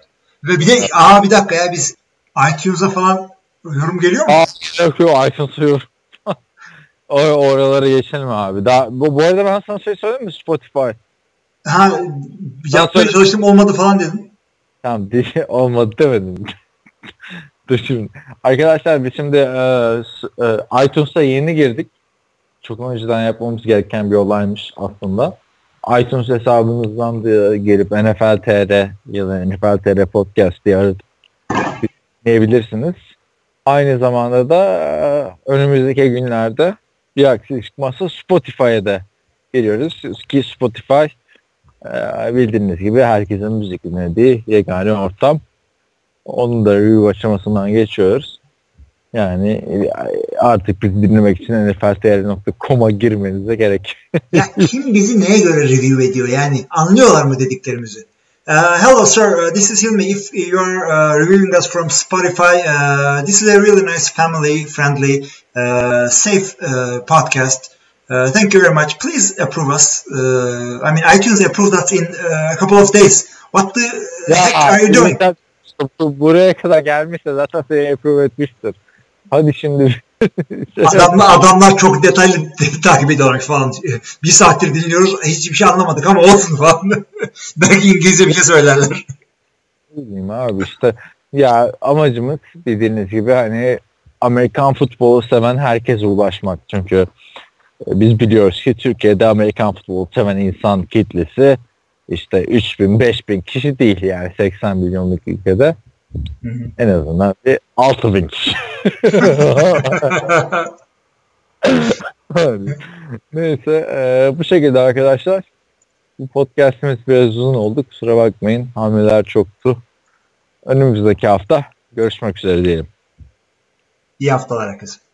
Ve bir de bir dakika ya, biz iTunes'a falan yorum geliyor mu? Yok iTunes'a yorum. Oralara geçelim abi. Daha, bu arada ben sana şey söyleyeyim mi? Spotify. Yapmaya çalıştım, olmadı falan dedim. Tamam olmadı demedim. Dur şimdi. Arkadaşlar biz şimdi iTunes'a yeni girdik. Çok önceden yapmamız gereken bir olaymış aslında. iTunes hesabınızdan da gelip NFL.tr ya da NFL.tr podcast diye aratıp dinleyebilirsiniz. Aynı zamanda da önümüzdeki günlerde bir aksilik çıkmazsa Spotify'a da geliyoruz. Ki Spotify bildiğiniz gibi herkesin müzik dinlediği yegane ortam. Onun da review aşamasından geçiyoruz. Yani artık bizi dinlemek için nfltr.com'a girmenize gerek. Ya kim bizi neye göre review ediyor? Yani anlıyorlar mı dediklerimizi? Hello sir, this is Hilmi. If you are reviewing us from Spotify, this is a really nice family-friendly, safe podcast. Thank you very much. Please approve us. iTunes approved us in a couple of days. What the heck are you doing? Buraya kadar gelmişse zaten seni approve etmiştir. Hadi şimdi. Adamlar çok detaylı takip ediyorlar falan. Bir saattir dinliyoruz. Hiçbir şey anlamadık ama olsun falan. Belki İngilizce bir şey söylerler. Bilmiyorum abi işte. Ya amacımız bildiğiniz gibi hani Amerikan futbolu seven herkese ulaşmak. Çünkü biz biliyoruz ki Türkiye'de Amerikan futbolu seven insan kitlesi işte 3.000-5.000 kişi değil yani 80 milyonluk ülkede. Hı-hı. En azından bir 6.000 kişi. Neyse bu şekilde arkadaşlar. Bu podcastimiz biraz uzun oldu. Kusura bakmayın. Hamleler çoktu. Önümüzdeki hafta görüşmek üzere diyelim. İyi haftalar herkese.